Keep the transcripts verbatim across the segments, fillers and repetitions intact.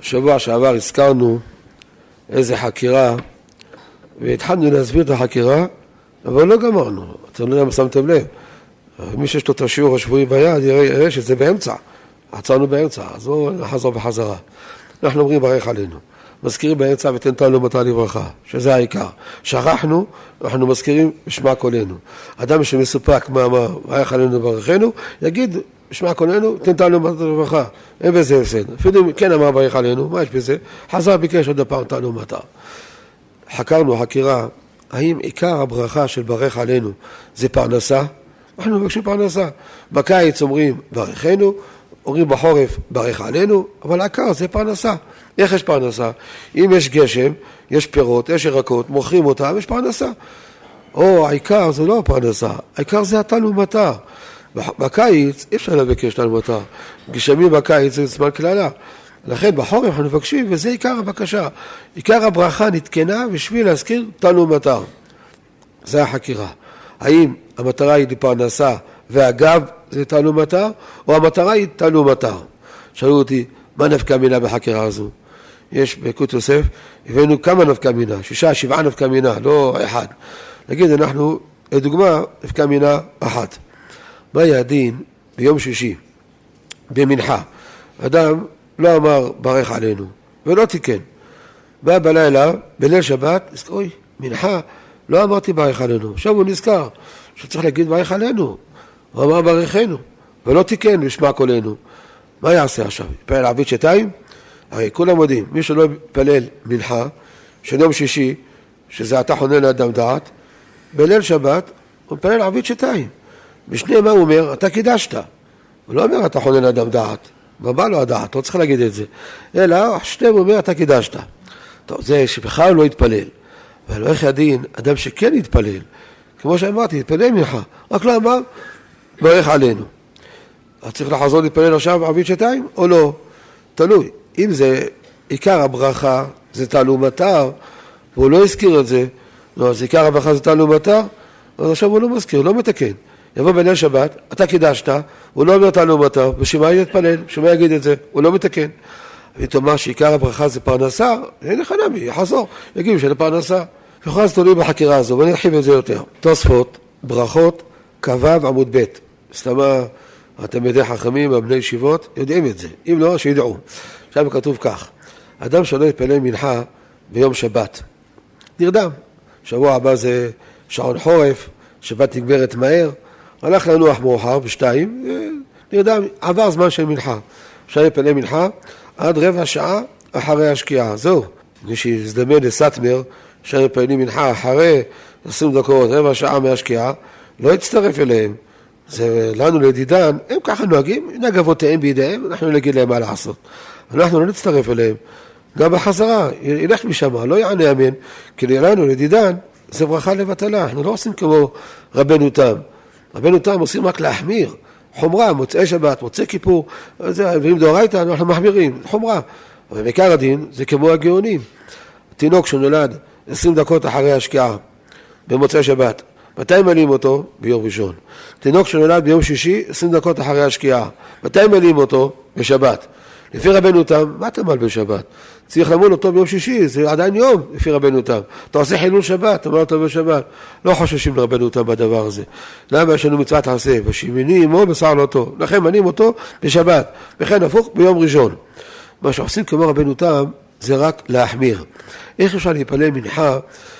שבוע שעבר הזכרנו איזה חקירה, והתחלנו להסביר את החקירה, אבל לא גמרנו. אתם לא שמתם לב. מי שיש לו את השיעור השבועי ביד, יראה, יראה שזה באמצע. עצרנו באמצע, אז בואו נחזור בחזרה. אנחנו אומרים ברך עלינו. מזכירים באמצע ותנתן לו מטה לברכה, שזה העיקר. שכחנו, אנחנו מזכירים בשמע קולנו. אדם שמסופק מה אמר, ברך עלינו ברכנו, יגיד בשמע קולנו, תנתן לו מטה לברכה. אין בזה הפסד. אפילו כן אמר ברך עלינו, מה יש בזה? חזר ביקש עוד הפעם, תן לו מטה. חקרנו חקירה, האם עיקר הברכה של ברך עלינו זה פרנסה? אנחנו מבקשים פרנסה. בקיץ אומרים ברכנו, אומרים בחורף ברך עלינו, אבל העיקר זה פרנסה. איך יש פרנסה? אם יש גשם, יש פירות, יש ירקות, מוכרים אותם, יש פרנסה. או העיקר זה לא פרנסה, העיקר זה התן ומטר. בקיץ אי אפשר לבקש תן ומטר. גשמים בקיץ זה זמן כללה. לכן בחורף אנחנו מבקשים, וזה עיקר הבקשה. עיקר הברכה נתקנה בשביל להזכיר תן ומטר. זה החקירה. האם המטרה היא לפרנסה והגב זה תן ומטר, או המטרה היא תן ומטר? שאלו אותי, מה נפקא מינה בחקירה הזו? יש בקות יוסף, הבאנו כמה נפקא מינה, שישה, שבעה נפקא מינה, לא אחד. נגיד, אנחנו, לדוגמה, נפקא מינה אחת. מה היה הדין ביום שישי, במנחה? אדם לא אמר ברך עלינו, ולא תיקן. בא בלילה, בליל שבת, אוי, מנחה, לא אמרתי ברך עלינו. עכשיו הוא נזכר שצריך להגיד ברך עלינו. הוא אמר ברכנו, ולא תיקן לשמע קולנו. מה יעשה עכשיו? יפעל ערבית שתיים? הרי כולם יודעים, מי שלא יפלל מנחה, של יום שישי, שזה אתה חונן לאדם דעת, בליל שבת, הוא יפעל ערבית שתיים. בשני מה הוא אומר? אתה קידשת. הוא לא אומר אתה חונן לאדם דעת. בבא לו הדעת, לא צריך להגיד את זה. אלא, שניהם הוא אומר אתה קידשת. טוב, זה שבכלל לא יתפלל. אבל איך הדין, אדם שכן יתפלל, כמו שאמרתי, יתפלל מנחה, רק לא אמר, ברך עלינו. אז צריך לחזור להתפלל עכשיו ערבית שתיים, או לא? תלוי. אם זה עיקר הברכה, זה תן ומטר, והוא לא הזכיר את זה, לא, אז עיקר הברכה זה תן ומטר, אז עכשיו הוא לא מזכיר, לא מתקן. יבוא בליל שבת, אתה קידשת, הוא לא אומר תן ומטר, ושמה יתפלל, שמה יגיד את זה, הוא לא מתקן. ותאמר שעיקר הברכה זה פרנסה, אין לך נמי, יחזור, יגידו של פרנסה. וכך תלוי בחקירה הזו, ואני ארחיב את זה יותר. תוספות, ברכות, כבב, עמוד ב'. סתמה, התלמידי חכמים, הבני ישיבות, יודעים את זה. אם לא, שידעו. עכשיו כתוב כך, אדם שלא יתפלל מנחה ביום שבת, נרדם. שבוע הבא זה שעון חורף, שבת נגמרת מהר, הלך לנוח מאוחר בשתיים, נרדם, עבר זמן של מנחה. אפשר להתפלל מנחה עד רבע שעה אחרי השקיעה. זהו. מי שיזדמן לסטמר, אפשר להתפלל מנחה אחרי עשרים דקות, רבע שעה מהשקיעה, לא יצטרף אליהם. זה לנו לדידן, הם ככה נוהגים, נהג אבותיהם בידיהם, אנחנו נגיד להם מה לעשות. אנחנו לא נצטרף אליהם. גם בחזרה, ילך משם, לא יענה אמן, כי לנו לדידן, זה ברכה לבטלה. אנחנו לא עושים כמו רבנו תם. רבנו תם עושים רק להחמיר. חומרה, מוצאי שבת, מוצאי כיפור, ואם דאורייתא, אנחנו מחמירים, חומרה. אבל בעיקר הדין, זה כמו הגאונים. תינוק שנולד עשרים דקות אחרי השקיעה, במוצאי שבת, מתי מלים אותו? ביום ראשון. תינוק שנולד ביום שישי, עשרים דקות אחרי השקיעה, מתי מלים אותו? בשבת. לפי רבנו תם, מה אתה מל בשבת? צריך למול אותו ביום שישי, זה עדיין יום, לפי רבנו תם. אתה עושה חילול שבת, אתה מל אותו בשבת. לא חוששים לרבנו תם בדבר הזה. למה יש לנו מצוות עשה? בשמיני עמו בשר לא טוב. לכן מלים אותו בשבת. וכן הפוך ביום ראשון. מה שעושים כמו רבנו תם, זה רק להחמיר. איך אפשר להיפלל מנחה,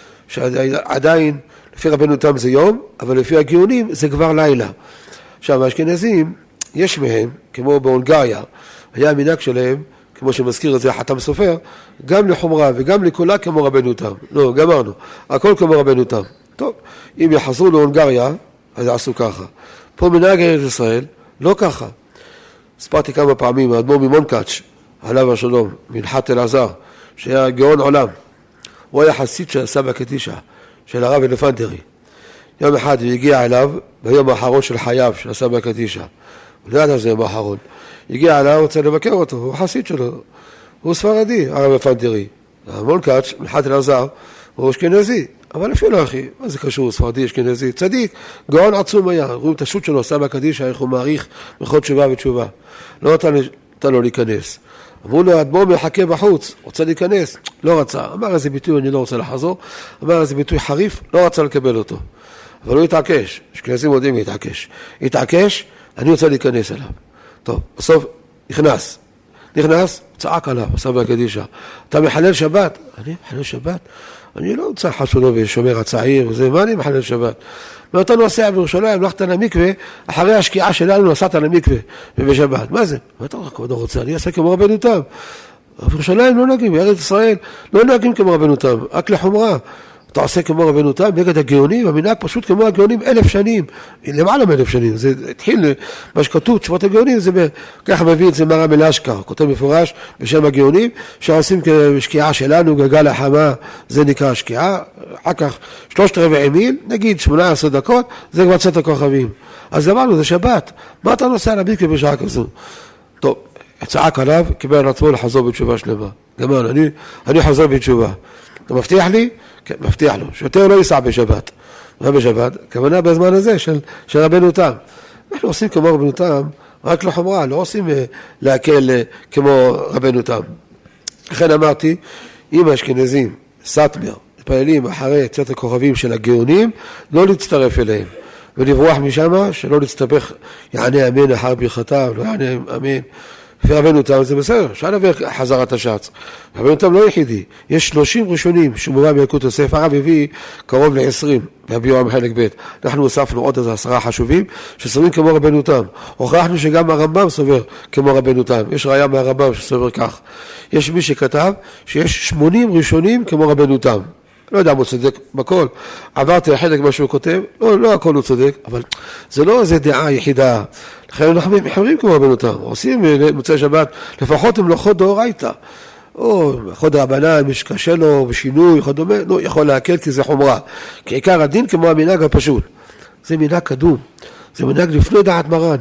שעדיין, לפי רבנו תם זה יום, אבל לפי הגאונים זה כבר לילה. עכשיו, האשכנזים, יש מהם, כמו בהונגריה, היה המנהג שלהם, כמו שמזכיר את זה חתם סופר, גם לחומרה וגם לקולה כמו רבנו תם. לא, גמרנו. הכל כמו רבנו תם. טוב, אם יחזרו להונגריה, אז יעשו ככה. פה מנהג ארץ ישראל, לא ככה. הספרתי כמה פעמים, האדמו"ר ממונקאץ', עליו השלום, מנחת אלעזר, שהיה גאון עולם. הוא היה חסיד של סבא קדישא, של הרב אלפנדרי. יום אחד הוא הגיע אליו, ביום האחרון של חייו, של סבא קדישא. הוא לא ידע זה יום האחרון. הגיע אליו, רוצה לבקר אותו, הוא חסיד שלו. הוא ספרדי, הרב אלפנדרי. המונקאץ', מנחת אלעזר, הוא אשכנזי. אבל אפילו אחי, מה זה קשור, ספרדי, אשכנזי, צדיק, גאון עצום היה. רואים את השו"ת שלו, סבא קדישא, איך הוא מעריך בכל תשובה ותשובה. לא נתן לו להיכנס. אמרו לו, האדמו"ר מחכה בחוץ, רוצה להיכנס, לא רצה. אמר איזה ביטוי, אני לא רוצה לחזור, אמר איזה ביטוי חריף, לא רצה לקבל אותו. אבל הוא התעקש, אשכנזים יודעים להתעקש. התעקש, אני רוצה להיכנס אליו. טוב, בסוף נכנס. נכנס, צעק עליו, עשה מהקדישה. אתה מחלל שבת? אני מחלל שבת? אני לא רוצה חשולו ושומר הצעיר וזה, מה אני מחלל שבת? ואתה נוסע בירושלים, הלכת למקווה, אחרי השקיעה שלנו נסעת למקווה ובשבת. מה זה? מה אתה רוצה? אני אעשה כמו רבנו תם. בירושלים לא נוהגים, בארץ ישראל לא נוהגים כמו רבנו תם, רק לחומרה. אתה עושה כמו רבנו תם, נגד הגאונים, המנהג פשוט כמו הגאונים אלף שנים, למעלה מאלף שנים, זה התחיל, מה שכתוב, תשובות הגאונים, זה ככה מביא את זה מרם אל-אשכר, כותב מפורש בשם הגאונים, שעושים כשקיעה שלנו, גלגל החמה, זה נקרא שקיעה, אחר כך שלושת רבעי מיל, נגיד שמונה עשרה דקות, זה כבר צאת הכוכבים. אז אמרנו, זה שבת, מה אתה נוסע על המקווה בשעה כזו? טוב, צעק עליו, קיבל על עצמו לחזור בתשובה שלמה. גמרנו, אני, אני חוזר בתשובה. אתה מבטיח לי? כן, מבטיח לו, שיותר לא ייסע בשבת. מה בשבת? כוונה בזמן הזה של, של רבנו תם. אנחנו עושים כמו רבנו תם, רק לחומרה, לא עושים להקל כמו רבנו תם. לכן אמרתי, אם האשכנזים, סטמר, מתפללים אחרי צאת הכוכבים של הגאונים, לא להצטרף אליהם. ולברוח משם, שלא להצטפך, יענה אמן אחר ברכתם, לא יענה אמן. ורבנו תם זה בסדר, אפשר להביא חזרת השץ. רבנו תם לא יחידי, יש שלושים ראשונים שמובא בילקוט יוסף, הרב הביא קרוב ל-עשרים, והביאו חלק ב'. אנחנו הוספנו עוד איזה עשרה חשובים, שסוברים כמו רבנו תם. הוכחנו שגם הרמב"ם סובר כמו רבנו תם, יש ראיה מהרמב"ם שסובר כך. יש מי שכתב שיש שמונים ראשונים כמו רבנו תם. לא יודע אם הוא צודק בכל, עברתי לחלק מה שהוא כותב, לא, לא הכל הוא צודק, אבל זה לא איזו דעה יחידה. לכן אנחנו מחברים כמו רבנו תם, עושים מוצאי שבת, לפחות עם לוחות דאורייתא, או חוד רבנן, מי שקשה לו בשינוי, חוד דומה, לא יכול להקל כי זה חומרה. כי עיקר הדין כמו המנהג הפשוט. זה מנהג קדום, זה מנהג לפני דעת מרן.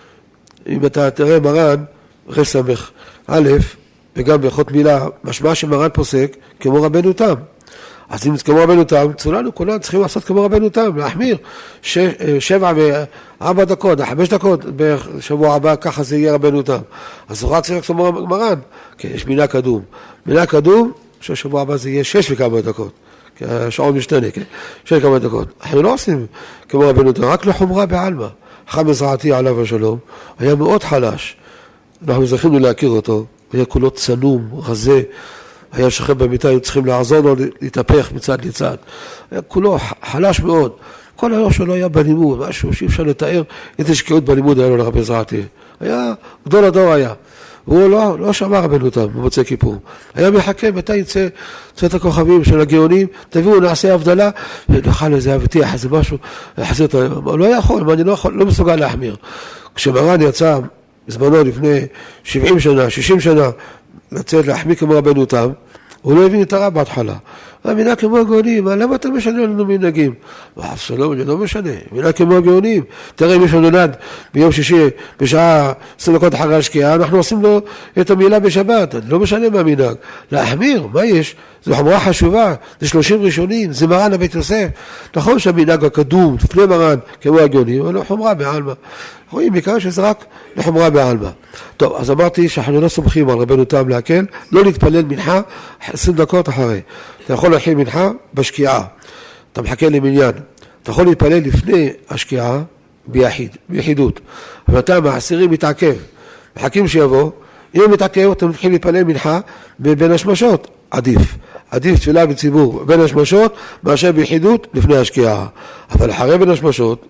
אם אתה תראה מרן, רסמך א', וגם באחות מילה, משמע שמרן פוסק כמו רבנו תם. אז אם כמו רבנו תם, צולנו כולנו צריכים לעשות כמו רבנו תם, להחמיר ש, שבע וארבע דקות, חמש דקות בשבוע הבא, ככה זה יהיה רבנו תם. אז הוא רק צריך כמו מרן, כן, יש מינה קדום. מינה קדום, ששבוע הבא זה יהיה שש וכמה דקות, כי השעון משתנה, כן, שש וכמה דקות. אנחנו לא עושים כמו רבנו תם, רק לחומרה בעלמא. חם מזרעתי עליו השלום, היה מאוד חלש. אנחנו זכינו להכיר אותו, היה כולו צנום, רזה, היה שוכב במיטה, היו צריכים לעזור לו להתהפך מצד לצד. היה כולו חלש מאוד. כל היום שלו היה בלימוד, משהו שאי אפשר לתאר איזה שקיעות בלימוד היה לו לרבי זרעתי. היה, גדול הדור היה. והוא לא, לא שמע רבנו תם במוצאי כיפור. היה מחכה, מתי יצא צאת הכוכבים של הגאונים, תביאו, נעשה הבדלה, ונאכל איזה אבטיח, איזה משהו, יחזיר את היום. לא יכול, אני לא, יכול, לא מסוגל להחמיר. כשמרן יצא בזמנו לפני שבעים שנה, שישים שנה, לצאת להחמיא כמו רבנו תם, הוא לא הבין את הרב בהתחלה. המנהג כמו הגאונים, למה אתה משנה לנו מנהגים? שלום, אני לא משנה, מנהג כמו הגאונים. תראה, מי שנולד ביום שישי, בשעה עשרים דקות אחרי השקיעה, אנחנו עושים לו את המילה בשבת, אני לא משנה מהמנהג. להחמיר, מה יש? זו חומרה חשובה, זה שלושים ראשונים, זה מרן הבית יוסף. נכון שהמנהג הקדום, לפני מרן, כמו הגאונים, אבל לא חומרה בעלמא. רואים, בעיקר שזה רק לחומרה בעלמא. טוב, אז אמרתי שאנחנו לא סומכים על רבנו תם להקל, לא להתפלל מנחה עשרים דקות אחרי. אתה יכול להכין מנחה בשקיעה, אתה מחכה למניין. אתה יכול להתפלל לפני השקיעה ביחיד, ביחידות. אבל אתה מהעשירים מתעכב, מחכים שיבוא, אם הוא מתעכב, אתה מתחיל להתפלל מנחה בין השמשות, עדיף. עדיף תפילה בציבור בין השמשות, מאשר ביחידות לפני השקיעה. אבל אחרי בין השמשות,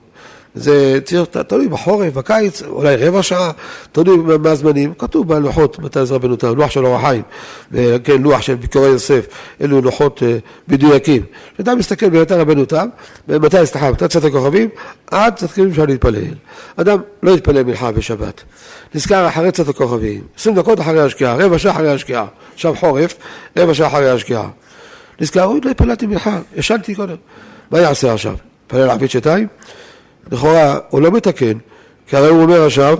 זה צריך, תלוי בחורף, בקיץ, אולי רבע שעה, תלוי מהזמנים, כתוב בלוחות, מתי זה רבנו תם, לוח של אור החיים, כן, לוח של ביקורי יוסף, אלו לוחות מדויקים. שאתה מסתכל ביותר רבנו תם, מתי סתחם, מתי צאת הכוכבים, עד צאת הכוכבים אפשר להתפלל. אדם לא יתפלל מנחה בשבת. נזכר אחרי צאת הכוכבים, עשרים דקות אחרי השקיעה, רבע שעה אחרי השקיעה, עכשיו חורף, רבע שעה אחרי השקיעה. נזכר, אוי, לא התפללתי מנחה, ישנתי קודם. מה יעשה עכשיו? פלל עבית שתיים? לכאורה, הוא לא מתקן, כי הרי הוא אומר עכשיו,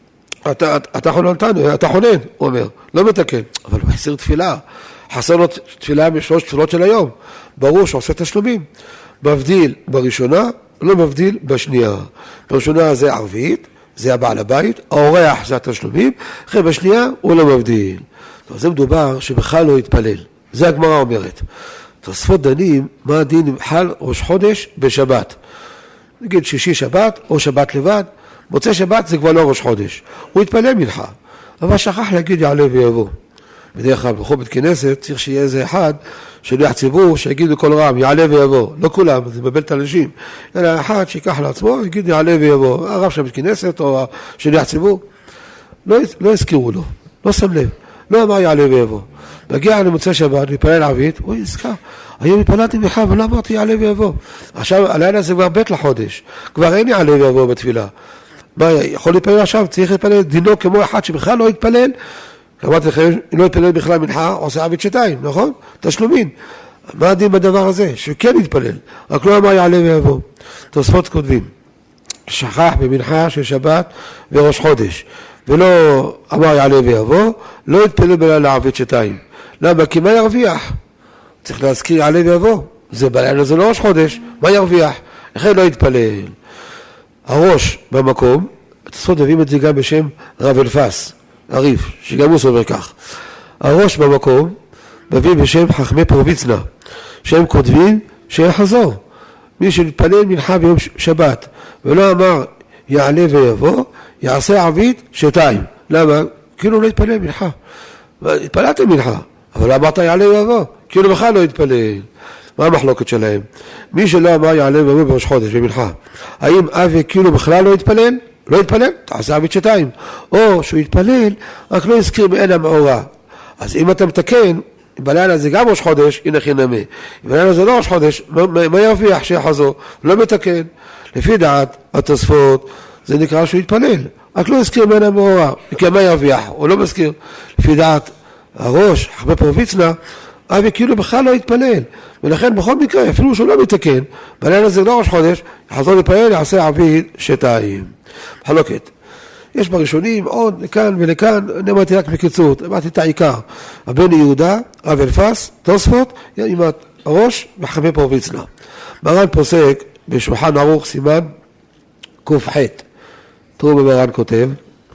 אתה, אתה חוננתנו, אתה חונן, הוא אומר, לא מתקן, אבל הוא חסר תפילה, חסר לו תפילה משלוש תפילות של היום, ברור שעושה תשלומים, מבדיל בראשונה, לא מבדיל בשנייה, בראשונה זה ערבית, זה הבעל הבית, האורח זה התשלומים, אחרי בשנייה הוא לא מבדיל, זה מדובר שבכלל לא יתפלל. זה הגמרא אומרת. תוספות דנים, מה הדין אם חל ראש חודש בשבת. נגיד שישי שבת או שבת לבד, מוצא שבת זה כבר לא ראש חודש. הוא יתפלל מנחה, אבל שכח להגיד יעלה ויבוא. בדרך כלל בכל בית כנסת צריך שיהיה איזה אחד שליח ציבור שיגיד בכל רם יעלה ויבוא. לא כולם, זה מבלבל את האנשים. אלא אחד שיקח לעצמו, יגיד יעלה ויבוא. הרב של בית כנסת או שליח ציבור. לא, לא הזכירו לו, לא שם לב. לא אמר יעלה ויבוא. מגיע למוצא שבת, להתפלל ערבית, הוא יזכר. היום התפללתי מנחה ולא אמרתי יעלה ויבוא. עכשיו הלילה זה כבר בית לחודש. כבר אין יעלה ויבוא בתפילה. מה, יכול להתפלל עכשיו? צריך להתפלל דינו כמו אחד שבכלל לא יתפלל. אמרתי לכם, אם לא יתפלל בכלל מנחה, עושה ערבית שתיים, נכון? תשלומין. מה הדין בדבר הזה? שכן יתפלל. רק לא אמר יעלה ויבוא. תוספות כותבים. שכח במנחה של שבת וראש חודש. ולא אמר יעלה ויבוא, לא יתפלל בלילה ערבית שתיים. למה? כי מה ירוויח? צריך להזכיר יעלה ויבוא. זה בלילה, זה לא ראש חודש. מה ירוויח? לכן לא יתפלל. הראש במקום, תוספות מביאים את זה גם בשם רב אלפס, הריף, שגם הוא סובר כך. הראש במקום מביא בשם חכמי פרוביצנה, שהם כותבים שיחזור. מי שמתפלל מנחה ביום שבת, ולא אמר יעלה ויבוא, יעשה ערבית שתיים. למה? כאילו לא יתפלל מנחה. התפללתם מנחה, אבל אמרת יעלה ויבוא, כאילו בכלל לא יתפלל. מה המחלוקת שלהם? מי שלא אמר יעלה ויבוא בראש חודש במנחה, האם אבי כאילו בכלל לא יתפלל? לא יתפלל, תעשה ערבית שתיים. או שהוא יתפלל, רק לא יזכיר מעין המאורע. אז אם אתה מתקן, בלילה זה גם ראש חודש, הנה חינמי. בלילה זה לא ראש חודש, מה ירוויח שיחזור? לא מתקן. לפי דעת התוספות, זה נקרא שהוא יתפלל. רק לא יזכיר מעין המאורע. כי מה ירוויח? הוא לא מזכיר. לפי דעת הראש, חכמי פרוביצנה, אבי כאילו בכלל לא יתפלל. ולכן בכל מקרה, אפילו שהוא לא מתקן, בלילה זה לא ראש חודש, יחזור להתפלל, יעשה ערבית שתיים. מחלוקת. יש בראשונים עוד לכאן ולכאן, אני אמרתי רק בקיצור, אמרתי את העיקר. הבן יהודה, רב אלפס, תוספות, עם הראש וחכמי פרוביצנה. מרן פוסק בשולחן ערוך סימן קוף ח' תראו במרן כותב,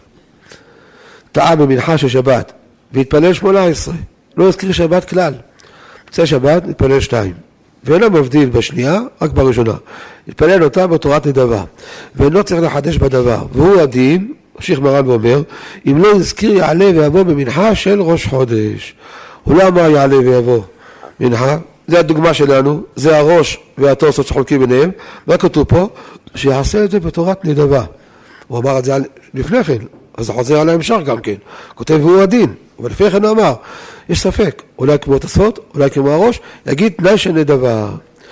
טעה במנחה של שבת, והתפלל שמונה עשרה, לא הזכיר שבת כלל. מוצא שבת, התפלל שתיים. ואינו מבדיל בשנייה, רק בראשונה. התפלל אותה בתורת נדבה, ואינו צריך לחדש בדבר. והוא הדין, ממשיך מרן ואומר, אם לא יזכיר יעלה ויבוא במנחה של ראש חודש. הוא לא אמר יעלה ויבוא מנחה, זה הדוגמה שלנו, זה הראש והתוספות שחולקים ביניהם, מה כתוב פה? שיעשה את זה בתורת נדבה. הוא אמר את זה לפני כן, אז זה חוזר על ההמשך גם כן. כותב והוא הדין, אבל לפני כן הוא אמר, יש ספק, אולי כמו תוספות, אולי כמו הראש, יגיד תנאי של נדבה.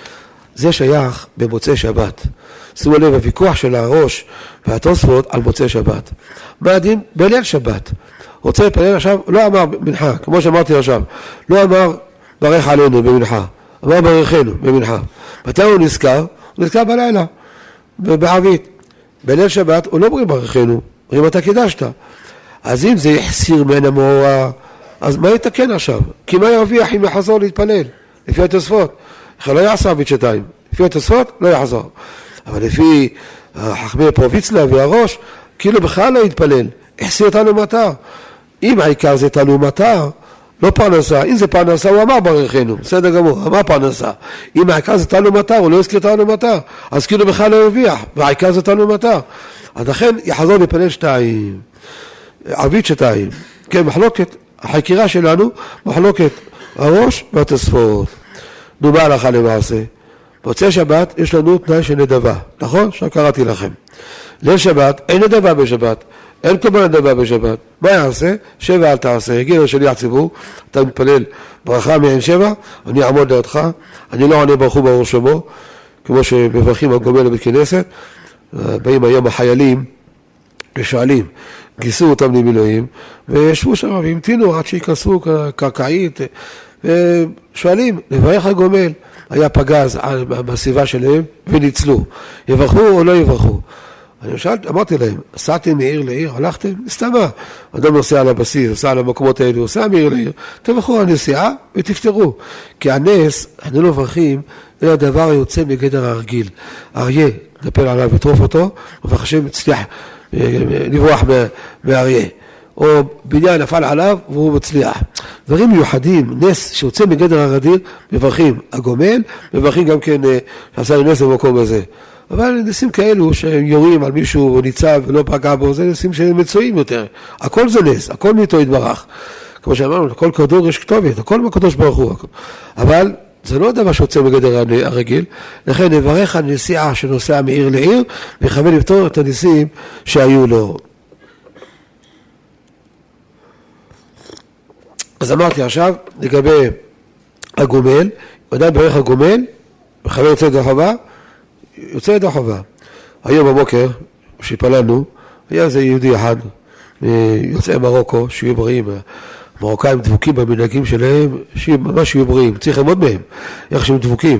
זה שייך במוצאי שבת. שימו לב, הוויכוח של הראש והתוספות על מוצאי שבת. מה הדין? בליל שבת. רוצה לפלל עכשיו, לא אמר מנחה, כמו שאמרתי עכשיו, לא אמר ברך עלינו במנחה, אמר ברכנו במנחה. מתי הוא נזכר? הוא נזכר בלילה, בערבית. בליל שבת הוא לא אומרים ברכנו, אומרים אתה קידשת. אז אם זה יחסיר מן המאורע, אז מה יתקן עכשיו? כי מה ירוויח אם יחזור להתפלל? לפי התוספות. לא יעשה ערבית שתיים. לפי התוספות לא יחזור. אבל לפי חכמי פרוביצנה והראש, כאילו בכלל לא יתפלל. החסיר אותנו מטר. אם העיקר זה תנו מטר, לא פרנסה. אם זה פרנסה, הוא אמר ברכנו. בסדר גמור, אמר פרנסה. אם העיקר זה תנו מטר, הוא לא הזכיר תנו מטר. אז כאילו בכלל לא ירוויח. והעיקר זה תנו מטר. אז לכן יחזור להתפלל שתיים. ערבית שתיים. כן, מחלוקת. החקירה שלנו, מחלוקת הראש והתוספות. נו, מה הלכה למעשה? מוצאי שבת יש לנו תנאי של נדבה, נכון? שקראתי לכם. ליל שבת, אין נדבה בשבת, אין כמובן נדבה בשבת. מה יעשה? שבע אל תעשה. יגיד לו שליח ציבור, אתה מתפלל ברכה מעין שבע, אני אעמוד לידך, אני לא עונה ברכו ברוך שמו, כמו שמברכים הגומל לבית כנסת, באים היום החיילים ושואלים, גיסו אותם למילואים, וישבו שם והמתינו עד שיכנסו קרקעית, ושואלים, לברך הגומל, היה פגז בסביבה שלהם, וניצלו. יברכו או לא יברכו? אני שאלתי, אמרתי להם, סעתם מעיר לעיר, הלכתם? מסתמה. אדם נוסע על הבסיס, נוסע על המקומות האלו, נוסע מעיר לעיר, תברכו על נסיעה ותפתרו. כי הנס, אנחנו לא מברכים, אלא הדבר היוצא מגדר הרגיל. אריה, נפל עליו וטרוף אותו, ובחשם הצליח לברוח מאריה. או בניין נפל עליו והוא מצליח. דברים מיוחדים, נס שיוצא מגדר הרגיל, מברכים הגומל, מברכים גם כן שעשה נס במקום הזה. אבל נסים כאלו שהם יורים על מישהו ניצב ולא פגע בו, זה נסים שהם מצויים יותר. הכל זה נס, הכל מאיתו יתברך. כמו שאמרנו, לכל כדור יש כתובת, הכל מהקדוש ברוך הוא. אבל זה לא דבר שיוצא מגדר הרגיל, לכן נברך על נסיעה שנוסע מעיר לעיר, ויכוון לפתור את הניסים שהיו לו. אז אמרתי עכשיו, לגבי הגומל, אדם ברך הגומל, מכוון יוצא ידי חובה, יוצא ידי חובה. היום בבוקר, כשפללנו, היה איזה יהודי אחד, יוצאי מרוקו, שיהיו בריאים, מרוקאים דבוקים במנהגים שלהם, שממש יהיו בריאים, צריך ללמוד מהם, איך שהם דבוקים.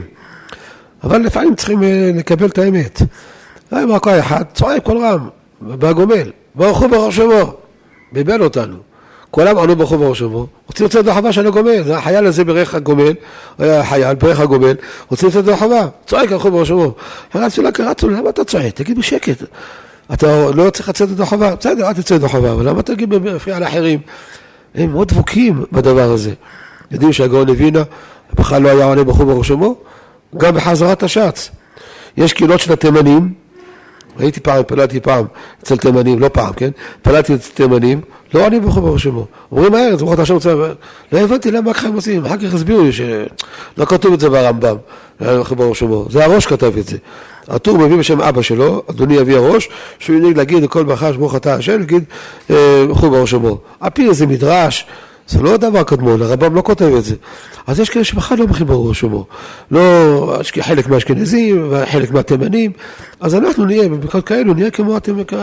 אבל לפעמים צריכים לקבל את האמת. היה מרוקאי אחד, צועק כל רם, בגומל, ברכו ברוך שמו, ביבל אותנו. כולם ענו ברכו ברוך שמו, רוצים לצאת לחווה של הגומל, זה החייל הזה ברך הגומל, היה חייל ברך הגומל, רוצים לצאת לחווה, צועק ברכו ברוך שמו. רצו לה, קרצו לה, למה אתה צועק? תגיד בשקט. אתה לא צריך לצאת לחווה, בסדר, אל תצא לחווה, אבל למה תגיד בפריע לאחרים? הם מאוד דבוקים בדבר הזה. יודעים שהגאון לוינה בכלל לא היה עונה ברכו ברוך שמו, גם בחזרת השץ. יש קהילות של התימנים, ראיתי פעם, פללתי פעם אצל תימנים, לא פעם, כן? פללתי אצל תימנים, לא עונים ברכו ברוך שמו. אומרים מהר, זה ברוך השם רוצה... לא הבנתי למה ככה הם עושים, אחר כך הסבירו לי שלא כתוב את זה ברמב"ם, ברכו ברוך שמו. זה הראש כתב את זה. הטור מביא בשם אבא שלו, אדוני אבי הראש, שהוא ינהג להגיד לכל ברכה שברוך אתה השם, להגיד ברכו ברוך שמו. הפי איזה מדרש, זה לא דבר קדמון, הרמב"ם לא כותב את זה. אז יש כאלה שבכלל לא ברכו ברוך שמו. לא, יש חלק מהאשכנזים וחלק מהתימנים, אז אנחנו נהיה, במקומות כאלו, נהיה כמו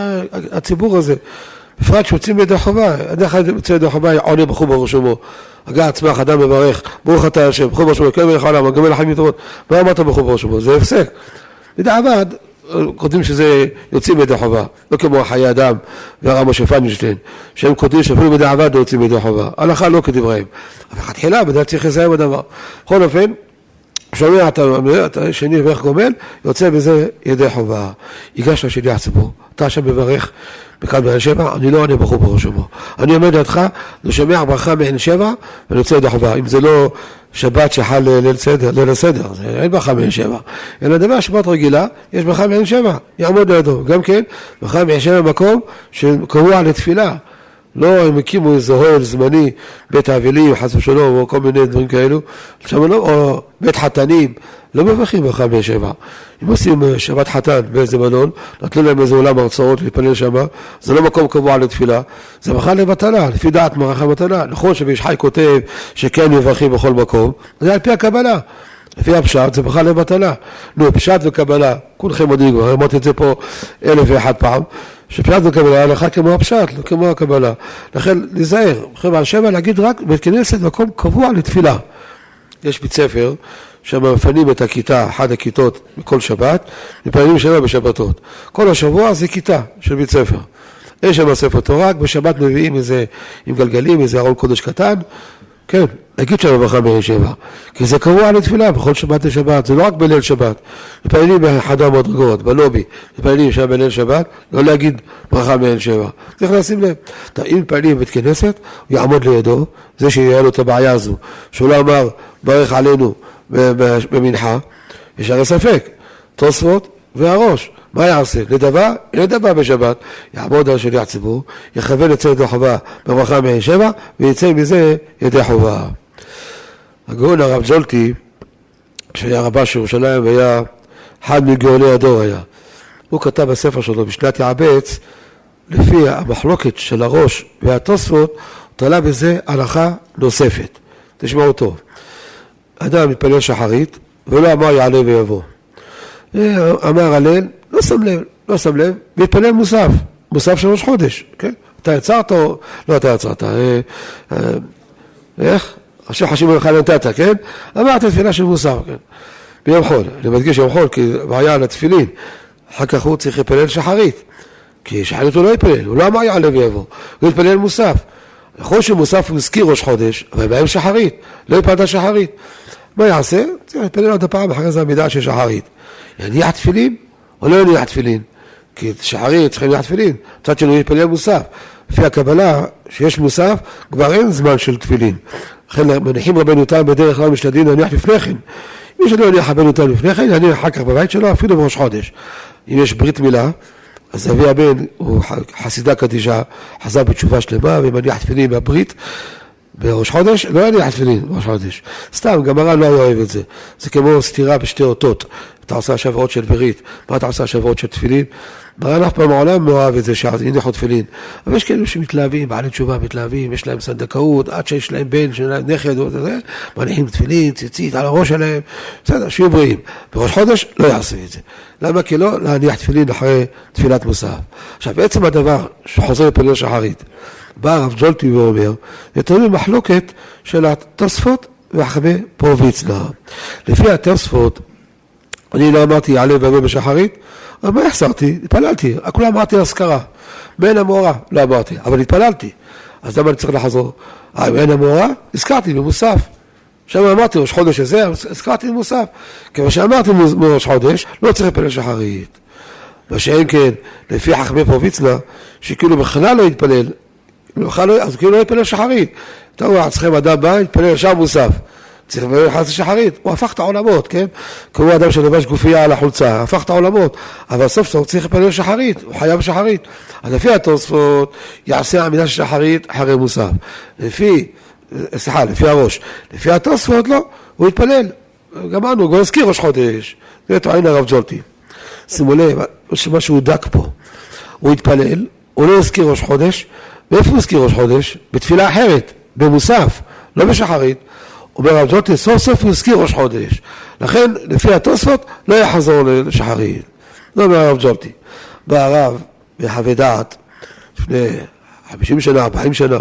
הציבור הזה. בפרט שיוצאים ידי חובה, עד אחד יוצא ידי חובה, עונה ברכו ברוך שמו. הגע עצמך, אדם מברך, ברוך אתה השם, ברכו ברוך שמו, כל מלך העולם, גם מלך חיים יתרון. מה אמרת ברכו ברוך שמו? זה הפסק. בדיעבד, כותבים שזה יוצאים ידי חובה, לא כמו חיי אדם והרב משה פיינשטיין, שהם כותבים שאפילו בדיעבד לא יוצאים ידי חובה. הלכה לא כדבריהם. אבל תחילה, בדעת צריך לסיים בדבר. בכל אופן, שומע את השני וברך גומל, יוצא בזה ידי חובה. ייגש לשני הציבור, אתה השם מברך בכאן מעין שבע, אני לא עונה ברכו ברוך שמו. אני עומד לידך, אני שומע ברכה מעין שבע, ואני יוצא ידי חובה. אם זה לא שבת שחל ליל סדר, ליל הסדר, אין ברכה מעין שבע. אלא דבר שבת רגילה, יש ברכה מעין שבע, יעמוד לידו. גם כן, ברכה מעין שבע מקום שקבוע לתפילה. לא הם הקימו איזה אוהל זמני, בית האבלים, חס ושלום, או כל מיני דברים כאלו, לא, או בית חתנים, לא מברכים ברכה מעין שבע. אם עושים שבת חתן באיזה מלון, נתנו להם איזה עולם הרצאות להתפלל שם, זה לא מקום קבוע לתפילה, זה ברכה לבטלה, לפי דעת ברכה לבטלה. נכון שביש חי כותב שכן מברכים בכל מקום, זה על פי הקבלה. לפי הפשט זה ברכה לבטלה. נו, פשט וקבלה, כולכם יודעים, אמרתי את זה פה אלף ואחד פעם, שפשט וקבלה הלכה כמו הפשט, לא כמו הקבלה. לכן להיזהר, אחרי מעל שבע להגיד רק בית כנסת מקום קבוע לתפילה. יש בית ספר שם מפנים את הכיתה, אחת הכיתות בכל שבת, מפנים שבע בשבתות. כל השבוע זה כיתה של בית ספר. יש שם ספר תורה, רק בשבת מביאים איזה, עם גלגלים, איזה ארון קודש קטן, כן, נגיד שם ברכה מעין שבע, כי זה קבוע לתפילה בכל שבת לשבת, זה לא רק בליל שבת. מפעלים בחדר המדרגות, בלובי, מפעלים שם בליל שבת, לא להגיד ברכה מעין שבע. צריך לשים לב, אם מפעלים בבית כנסת, הוא יעמוד לידו, זה שיהיה לו את הבעיה הזו, שהוא לא אמר ברך עלינו במנחה, יש הרי ספק, תוספות והראש. מה יעשה? נדבה? נדבה בשבת. יעמוד על שליח ציבור, יכוון יצא ידי חובה בברכה מעין שבע, ויצא מזה ידי חובה. הגאון הרב זולטי, שהיה רבה של ירושלים, והיה אחד מגאוני הדור היה. הוא כתב בספר שלו, בשנת יעבץ, לפי המחלוקת של הראש והתוספות, הוא תלה בזה הלכה נוספת. תשמעו טוב. אדם מתפלל שחרית, ולא אמר יעלה ויבוא. אמר הלל, לא שם לב, לא שם לב, והתפלל מוסף, מוסף של ראש חודש, כן? אתה יצרת או... לא אתה יצרת, אה, אה, איך? עכשיו חשיב לך נתת, כן? אמרת תפילה של מוסף, כן? ביום חול, אני מדגיש יום חול, כי בעיה על התפילין, אחר כך הוא צריך לפלל שחרית, כי שחרית הוא לא יפלל, הוא לא אמר יעלה ויבוא, הוא יתפלל מוסף. נכון שמוסף הוא הזכיר ראש חודש, אבל בהם שחרית, לא יפלת שחרית. מה יעשה? צריך לפלל עוד הפעם, אחרי זה המידה של שחרית. יניח תפילין או לא יניח תפילין? כי שחרית צריכים להניח תפילין, מצד שלו יתפלל מוסף. לפי הקבלה, שיש מוסף, כבר אין זמן של תפילין. לכן מניחים רבנו תם בדרך כלל משתדלים להניח לפני כן. מי שלא יניח רבנו תם לפני כן, יניח אחר כך בבית שלו, אפילו בראש חודש. אם יש ברית מילה, אז אבי הבן הוא חסידה קדישה, חזר בתשובה שלמה ומניח תפילין בברית, בראש חודש, לא יניח תפילין בראש חודש. סתם, גם הר"ן לא היה אוהב את זה. זה כמו סתירה בשתי אותות. אתה עושה שבועות של ברית, מה אתה עושה שבועות של תפילין? מרן אף פעם העולם לא אוהב את זה שהניחו תפילין. אבל יש כאלו שמתלהבים, בעלי תשובה מתלהבים, יש להם סנדקאות, עד שיש להם בן, שיש להם נכד, מניחים תפילין, ציצית על הראש שלהם, בסדר, שיהיו בריאים. בראש חודש לא יעשו את זה. למה? כי לא להניח תפילין אחרי תפילת מוסף. עכשיו, בעצם הדבר שחוזר לפליל שחרית, בא הרב ג'ולטי ואומר, זה תלוי מחלוקת של התוספות וחכמי פרוביצנה. לפי התוספות, אני לא אמרתי יעלה ויבוא בשחרית, אבל מה החסרתי? התפללתי, הכולה אמרתי להזכרה. מעין המאורע, לא אמרתי, אבל התפללתי. אז למה אני צריך לחזור? מעין המאורע, הזכרתי במוסף. שם אמרתי ראש חודש הזה, הזכרתי במוסף. כיוון שאמרתי מראש חודש, לא צריך לפלל שחרית. מה שאין כן, לפי חכמי פרוביצנה, שכאילו בכלל לא יתפלל, אז כאילו לא יתפלל שחרית. תראו, צריכים אדם בא, יתפלל שם מוסף. צריך לבוא חס שחרית, הוא הפך את העולמות, כן? כמו אדם שלבש גופייה על החולצה, הפך את העולמות, אבל סוף סוף צריך לפלל שחרית, הוא חייב שחרית. אז לפי התוספות, יעשה עמידה של שחרית אחרי מוסף. לפי, סליחה, לפי הראש, לפי התוספות לא, הוא יתפלל. גמרנו, הוא כבר הזכיר ראש חודש. זה טוען הרב ג'ולטי. שימו לב, יש משהו דק פה. הוא יתפלל, הוא לא הזכיר ראש חודש, ואיפה הוא הזכיר ראש חודש? בתפילה אחרת, במוסף, לא בשחרית. אומר הרב ג'ולטי, סוף סוף הוא הזכיר ראש חודש. לכן, לפי התוספות, לא יחזור לשחרית. לא אומר הרב ג'ולטי. בא הרב בחוות דעת, לפני חמישים שנה, ארבעים שנה,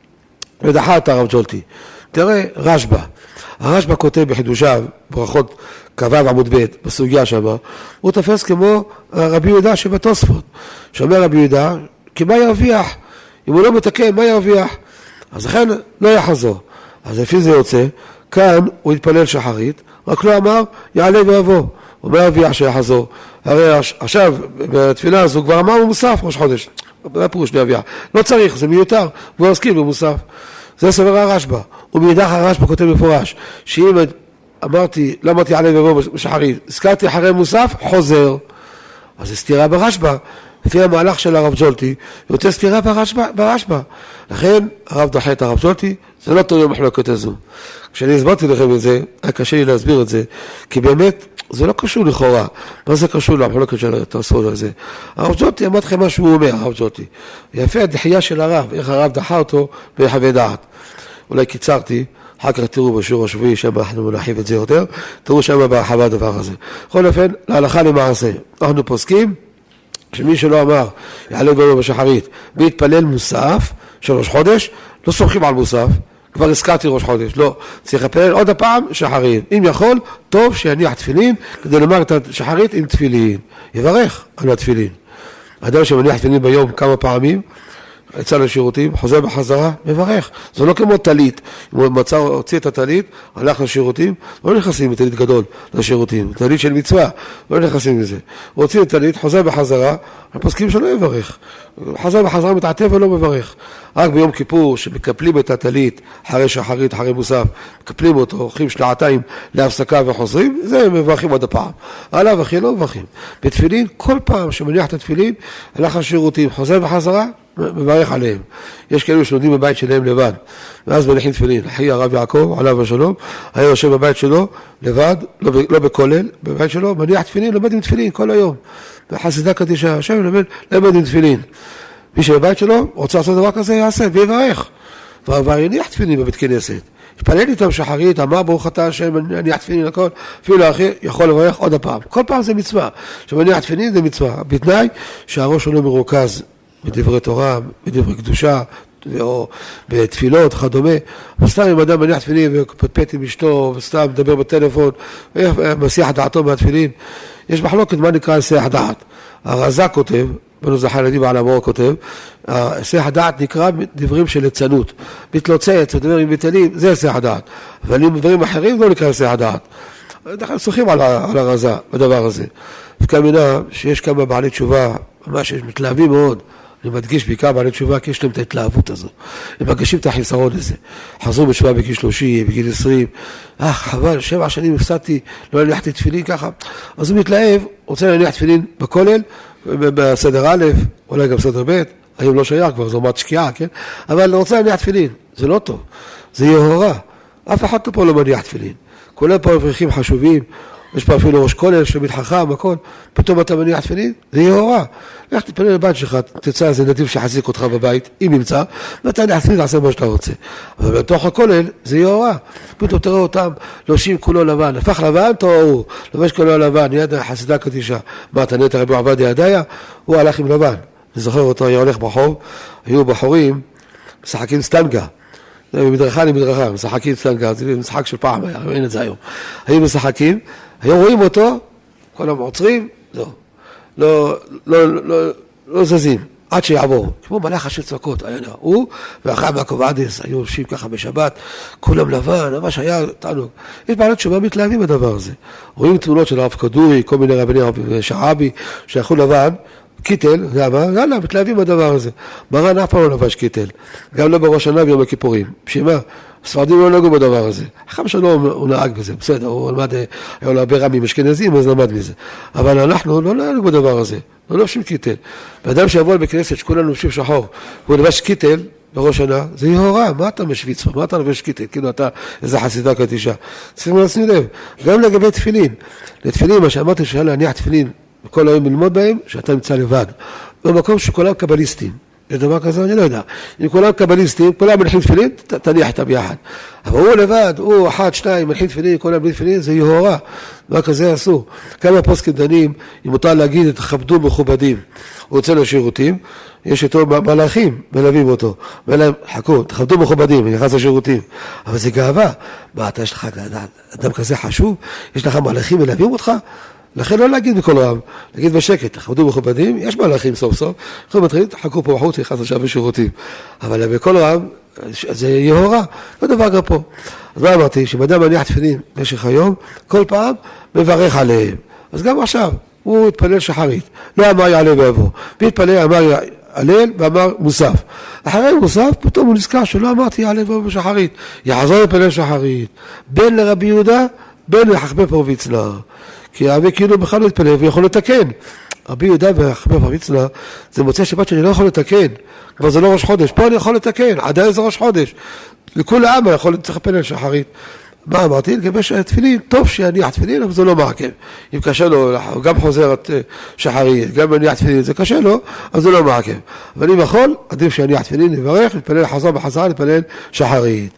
ודחה את הרב ג'ולטי. תראה, רשב"א. הרשב"א כותב בחידושיו, ברכות קו"ו עמוד ב' בסוגיה שמה, הוא תופס כמו רבי יהודה שבתוספות. שאומר רבי יהודה, כי מה ירוויח? אם הוא לא מתקן, מה ירוויח? אז לכן לא יחזור. אז לפי זה יוצא, כאן הוא יתפלל שחרית, רק לא אמר, יעלה ויבוא. הוא לא ירוויח שיחזור. הרי עכשיו, בתפילה הזו כבר אמר במוסף ראש חודש. זה פירוש להרוויח. לא צריך, זה מיותר. הוא עוסקים במוסף. זה סובר הרשב"א. ומאידך הרשב"א כותב מפורש, שאם אמרתי, לא אמרתי יעלה ויבוא בשחרית, הזכרתי אחרי מוסף, חוזר. אז זה סתירה ברשב"א. לפי המהלך של הרב ג'ולטי, יוצא סתירה ברשב"א. לכן הרב דוחה את הרב ג'ולטי, זה לא תלוי במחלוקת הזו. כשאני הסברתי לכם את זה, היה קשה לי להסביר את זה, כי באמת זה לא קשור לכאורה. מה זה קשור למחלוקת של התוספות הזה? הרב ג'ולטי אמר לכם מה שהוא אומר, הרב ג'ולטי. יפה הדחייה של הרב, איך הרב דחה אותו בחוות דעת. אולי קיצרתי, אחר כך תראו בשיעור השבועי, שם אנחנו מנחים את זה יותר, תראו שם בהרחבה הדבר הזה. בכל אופן, להלכה למעשה, אנחנו פוסקים, שמי שלא אמר, יעלה ויבוא בשחרית, ויתפלל מוסף של ראש חודש, לא סומכים על מוסף, כבר הזכרתי ראש חודש, לא, צריך לפלל עוד הפעם שחרית. אם יכול, טוב שיניח תפילין, כדי לומר את השחרית עם תפילין. יברך על התפילין. אדם שמניח תפילין ביום כמה פעמים, יצא לשירותים, חוזר בחזרה, מברך. זה לא כמו תלית. אם הוא מצא, הוציא את התלית, הלך לשירותים, לא נכנסים בתלית גדול לשירותים. תלית של מצווה, לא נכנסים מזה. הוא הוציא את תלית, חוזר בחזרה, הפוסקים שלא יברך. חוזר בחזרה מתעטף ולא מברך. רק ביום כיפור, שמקפלים את התלית, אחרי שחרית, אחרי מוסף, מקפלים אותו, הולכים שלעתיים להפסקה וחוזרים, זה מברכים עוד הפעם. עליו אחי לא מברכים. בתפילין, כל פעם שמניח את התפילין, הלך לשירותים, חוזר בחזרה, מברך עליהם. יש כאלו שלומדים בבית שלהם לבד, ואז מניחים תפילין. אחי הרב יעקב, עליו השלום, היה יושב בבית שלו, לבד, לא, לא בכולל, בבית שלו, מניח תפילין, לומד עם תפילין כל היום. בחסידה קדישה, השם לומד, לומד עם תפילין. מי שבבית שלו רוצה לעשות דבר כזה, יעשה, ויברך. כבר יניח תפילין בבית כנסת. התפלל איתם שחרית, אמר ברוך אתה השם, מניח תפילין הכל, אפילו אחי יכול לברך עוד הפעם. כל פעם זה מצווה. שמניח תפילין זה מצווה. בתנאי שהראש שלו מרוכז בדברי תורה, בדברי קדושה, או בתפילות, כדומה. וסתם אם אדם מניח תפילין ופטפט עם אשתו, וסתם מדבר בטלפון, מסיח דעתו מהתפילין. יש מחלוקת מה נקרא מסיח דעת. הרז"ק כותב, בנו זכה ילדים על המור כותב, מסיח דעת נקרא דברים של ליצנות. מתלוצץ ודברים ביטלים, זה מסיח דעת. אבל אם דברים אחרים לא נקרא מסיח דעת. אנחנו סוחים על הרזה בדבר הזה. וכמינה שיש כמה בעלי תשובה, ממש יש מתלהבים מאוד, אני מדגיש בעיקר בעלי תשובה, כי יש להם את ההתלהבות הזו. הם מרגישים את החיסרון הזה. חזרו בתשובה בגיל שלושים, בגיל עשרים, אה, חבל, שבע שנים הפסדתי, לא הניחתי תפילין ככה. אז הוא מתלהב, רוצה להניח תפילין בכולל, בסדר א', אולי גם בסדר ב', היום לא שייך כבר, זו אומרת שקיעה, כן? אבל רוצה להניח תפילין, זה לא טוב, זה יהורה. אף אחד פה לא מניח תפילין. כולל פה אברכים חשובים, יש פה אפילו ראש כולל שמית חכם, הכל, פתאום אתה מניח תפילין, זה יהורה. לך תתפלל לבית שלך, תצא איזה נתיב שחזיק אותך בבית, אם נמצא, ואתה ניח תפילין, תעשה מה שאתה רוצה. אבל בתוך הכולל, זה יהורה. פתאום תראה אותם, לובשים כולו לבן, הפך לבן, תראו, לובש כולו לבן, יד חסידה קדישה. מה, אתה נהיית רבי עובדיה ידעיה? הוא הלך עם לבן. אני זוכר אותו, היה הולך ברחוב, היו בחורים, משחקים סטנגה. מדרכה למדרכה, משחקים סטנגה, זה משחק של פעם היה, אין את זה היום. היו משחקים, היו רואים אותו, כל הם עוצרים, לא, לא, לא, לא, לא זזים, עד שיעבור. כמו מלאך השל צבקות, היה נראה, הוא ואחריו יעקב עדס, היו יושבים ככה בשבת, כולם לבן, ממש היה תענוג. יש בעלי תשובה מתלהבים בדבר הזה. רואים תמונות של הרב כדורי, כל מיני רבנים, שרעבי, שהלכו לבן, קיטל, למה? יאללה, מתלהבים בדבר הזה. מרן אף פעם לא לבש קיטל, גם לא בראש השנה ביום הכיפורים. שמה? הספרדים לא נגעו בדבר הזה. חם שלום הוא נהג בזה, בסדר, הוא למד, היה לו הרבה רמים אשכנזים, אז למד מזה. אבל אנחנו לא נהגו בדבר הזה, לא לובשים קיטל. ואדם שיבוא בכנסת שכולנו לובשים שחור, והוא לבש קיטל בראש שנה, זה יהורה, מה אתה משוויץ? מה אתה לבש קיטל? כאילו אתה איזה חסידה קדישה. צריכים לעשות לב, גם לגבי תפילין. לתפילין, מה שאמרתי שאלה להניח תפילין, וכל היום ללמוד בהם, שאתה נמצא לבד. במקום שכולם קבליסטים. יש דבר כזה, אני לא יודע. אם כולם קבליסטים, כולם מלכים תפילין, תניח איתם ביחד. אבל הוא לבד, הוא אחד, שניים, מלכים תפילין, כולם בלי תפילין, זה יהורה. מה כזה אסור. כמה פוסקים דנים, אם מותר להגיד, תכבדו מכובדים. הוא יוצא לשירותים, יש איתו מלאכים, מלווים אותו. ולהם, חכו, תכבדו מכובדים, אני נכנס לשירותים. אבל זה גאווה. מה, אתה יש לך אדם כזה חשוב? יש לך מלאכים מלווים אותך? לכן לא להגיד בכל רם, להגיד בשקט, תכבדו מכובדים, יש מלאכים סוף סוף, יכולים להתחיל, תחכו פה בחוץ, נכנס עכשיו בשירותים. אבל בכל רם, זה יהורה, לא דבר גם פה. אז מה אמרתי? שבאדם מניח תפילין במשך היום, כל פעם מברך עליהם. אז גם עכשיו, הוא התפלל שחרית, לא אמר יעלה ויבוא, והתפלל אמר הלל ואמר מוסף. אחרי מוסף, פתאום הוא נזכר שלא אמרתי יעלה ויבוא בשחרית, יחזור לפלל שחרית, בין לרבי יהודה, בין לחכמי פרוויצנר. כי הרבי כאילו בכלל לא התפלל ויכול לתקן. רבי יהודה וחכמי פרוויצנר, זה מוצא שבת שאני לא יכול לתקן. כבר זה לא ראש חודש. פה אני יכול לתקן, עדיין זה ראש חודש. לכל העם אני יכול להתפלל שחרית. מה אמרתי? לגבי תפילין, טוב שיניח תפילין, אבל זה לא מעכב. אם קשה לו, גם חוזרת שחרית, גם מניח תפילין, זה קשה לו, אז זה לא מעכב. אבל אם יכול, עדיף שיניח תפילין, לברך, להתפלל חזרה בחזרה, להתפלל שחרית.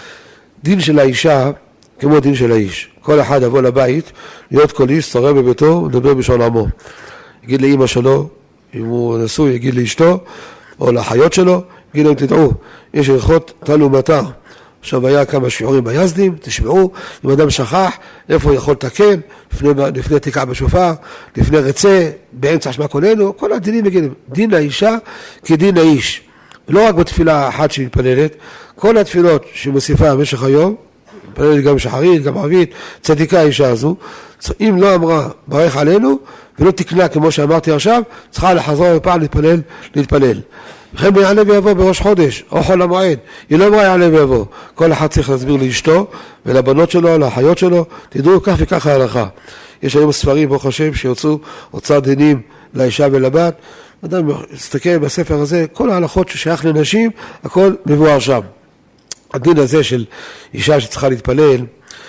דין של האישה, כמו דין של האיש. כל אחד יבוא לבית, להיות כל איש, שורר בביתו, מדבר בשעון עמו. יגיד לאמא שלו, אם הוא נשוי, יגיד לאשתו, או לאחיות שלו, יגיד להם, תדעו, יש הלכות תלו מטר. עכשיו היה כמה שיעורים ביזדים, תשמעו, אם אדם שכח, איפה הוא יכול לתקן, לפני, לפני תיקע בשופר, לפני רצה, באמצע שמע קולנו, כל הדינים מגיעים. דין האישה כדין האיש. לא רק בתפילה אחת שהיא מתפללת, כל התפילות שמוסיפה במשך היום, מתפללת גם שחרית, גם ערבית, צדיקה האישה הזו, אם לא אמרה ברך עלינו, ולא תקנה כמו שאמרתי עכשיו, צריכה לחזור בפעם להתפלל, להתפלל. וכן יעלה ויבוא בראש חודש, או חול המועד, היא לא אמרה יעלה ויבוא. כל אחד צריך להסביר לאשתו, ולבנות שלו, לאחיות שלו, תדעו כך וכך ההלכה. יש היום ספרים, ברוך השם, שיוצאו אוצר דינים לאישה ולבת. אדם מסתכל בספר הזה, כל ההלכות ששייך לנשים, הכל מבואר שם. הדין הזה של אישה שצריכה להתפלל,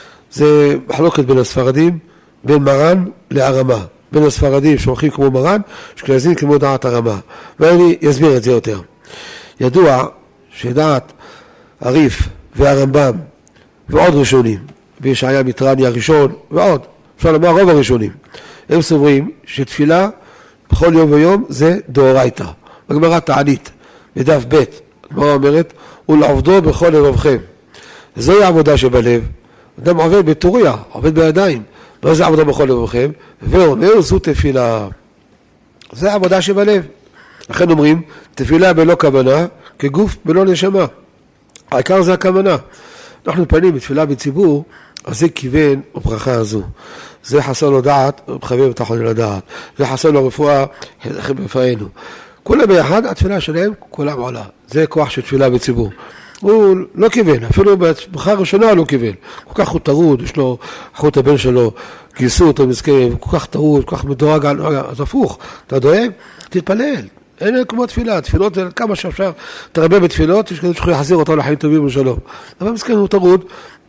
זה מחלוקת בין הספרדים, בין מרן לארמה. בין הספרדים שהולכים כמו מרן, שקלזים כמו דעת הרמה. ואני אסביר את זה יותר. ידוע שדעת הריף והרמב"ם ועוד ראשונים, וישעיה מיטרני הראשון ועוד, אפשר לומר רוב הראשונים, הם סוברים שתפילה בכל יום ויום זה דאורייתא. בגמרא תענית, בדף ב', הגמרא אומרת, ולעובדו בכל לבבכם. זוהי העבודה שבלב. אדם עובד בטוריה, עובד בידיים. לא זה עבודה בכל לבבכם, ואומר זו תפילה. זה העבודה שבלב. לכן אומרים, תפילה בלא כוונה, כגוף בלא נשמה. העיקר זה הכוונה. אנחנו פנים בתפילה בציבור, אז זה כיוון וברכה הזו. זה חסר לו דעת, מחווה בתחון לדעת. זה חסר לו רפואה, ברפואנו. כולם ביחד, התפילה שלהם, כולם עולה. זה כוח של תפילה בציבור. הוא לא כיוון, אפילו בבחר ראשונה לא כיוון. כל כך הוא טרוד, יש לו, אחות הבן שלו, גייסו אותו מסכן, כל כך טרוד, כל כך מדורג, אז הפוך, אתה דואג? תתפלל. אין כמו תפילה, תפילות, כמה שאפשר, תרבה בתפילות, יש כזה שכו יחזיר אותו לחיים טובים ושלום. אבל מסכן הוא טרוד,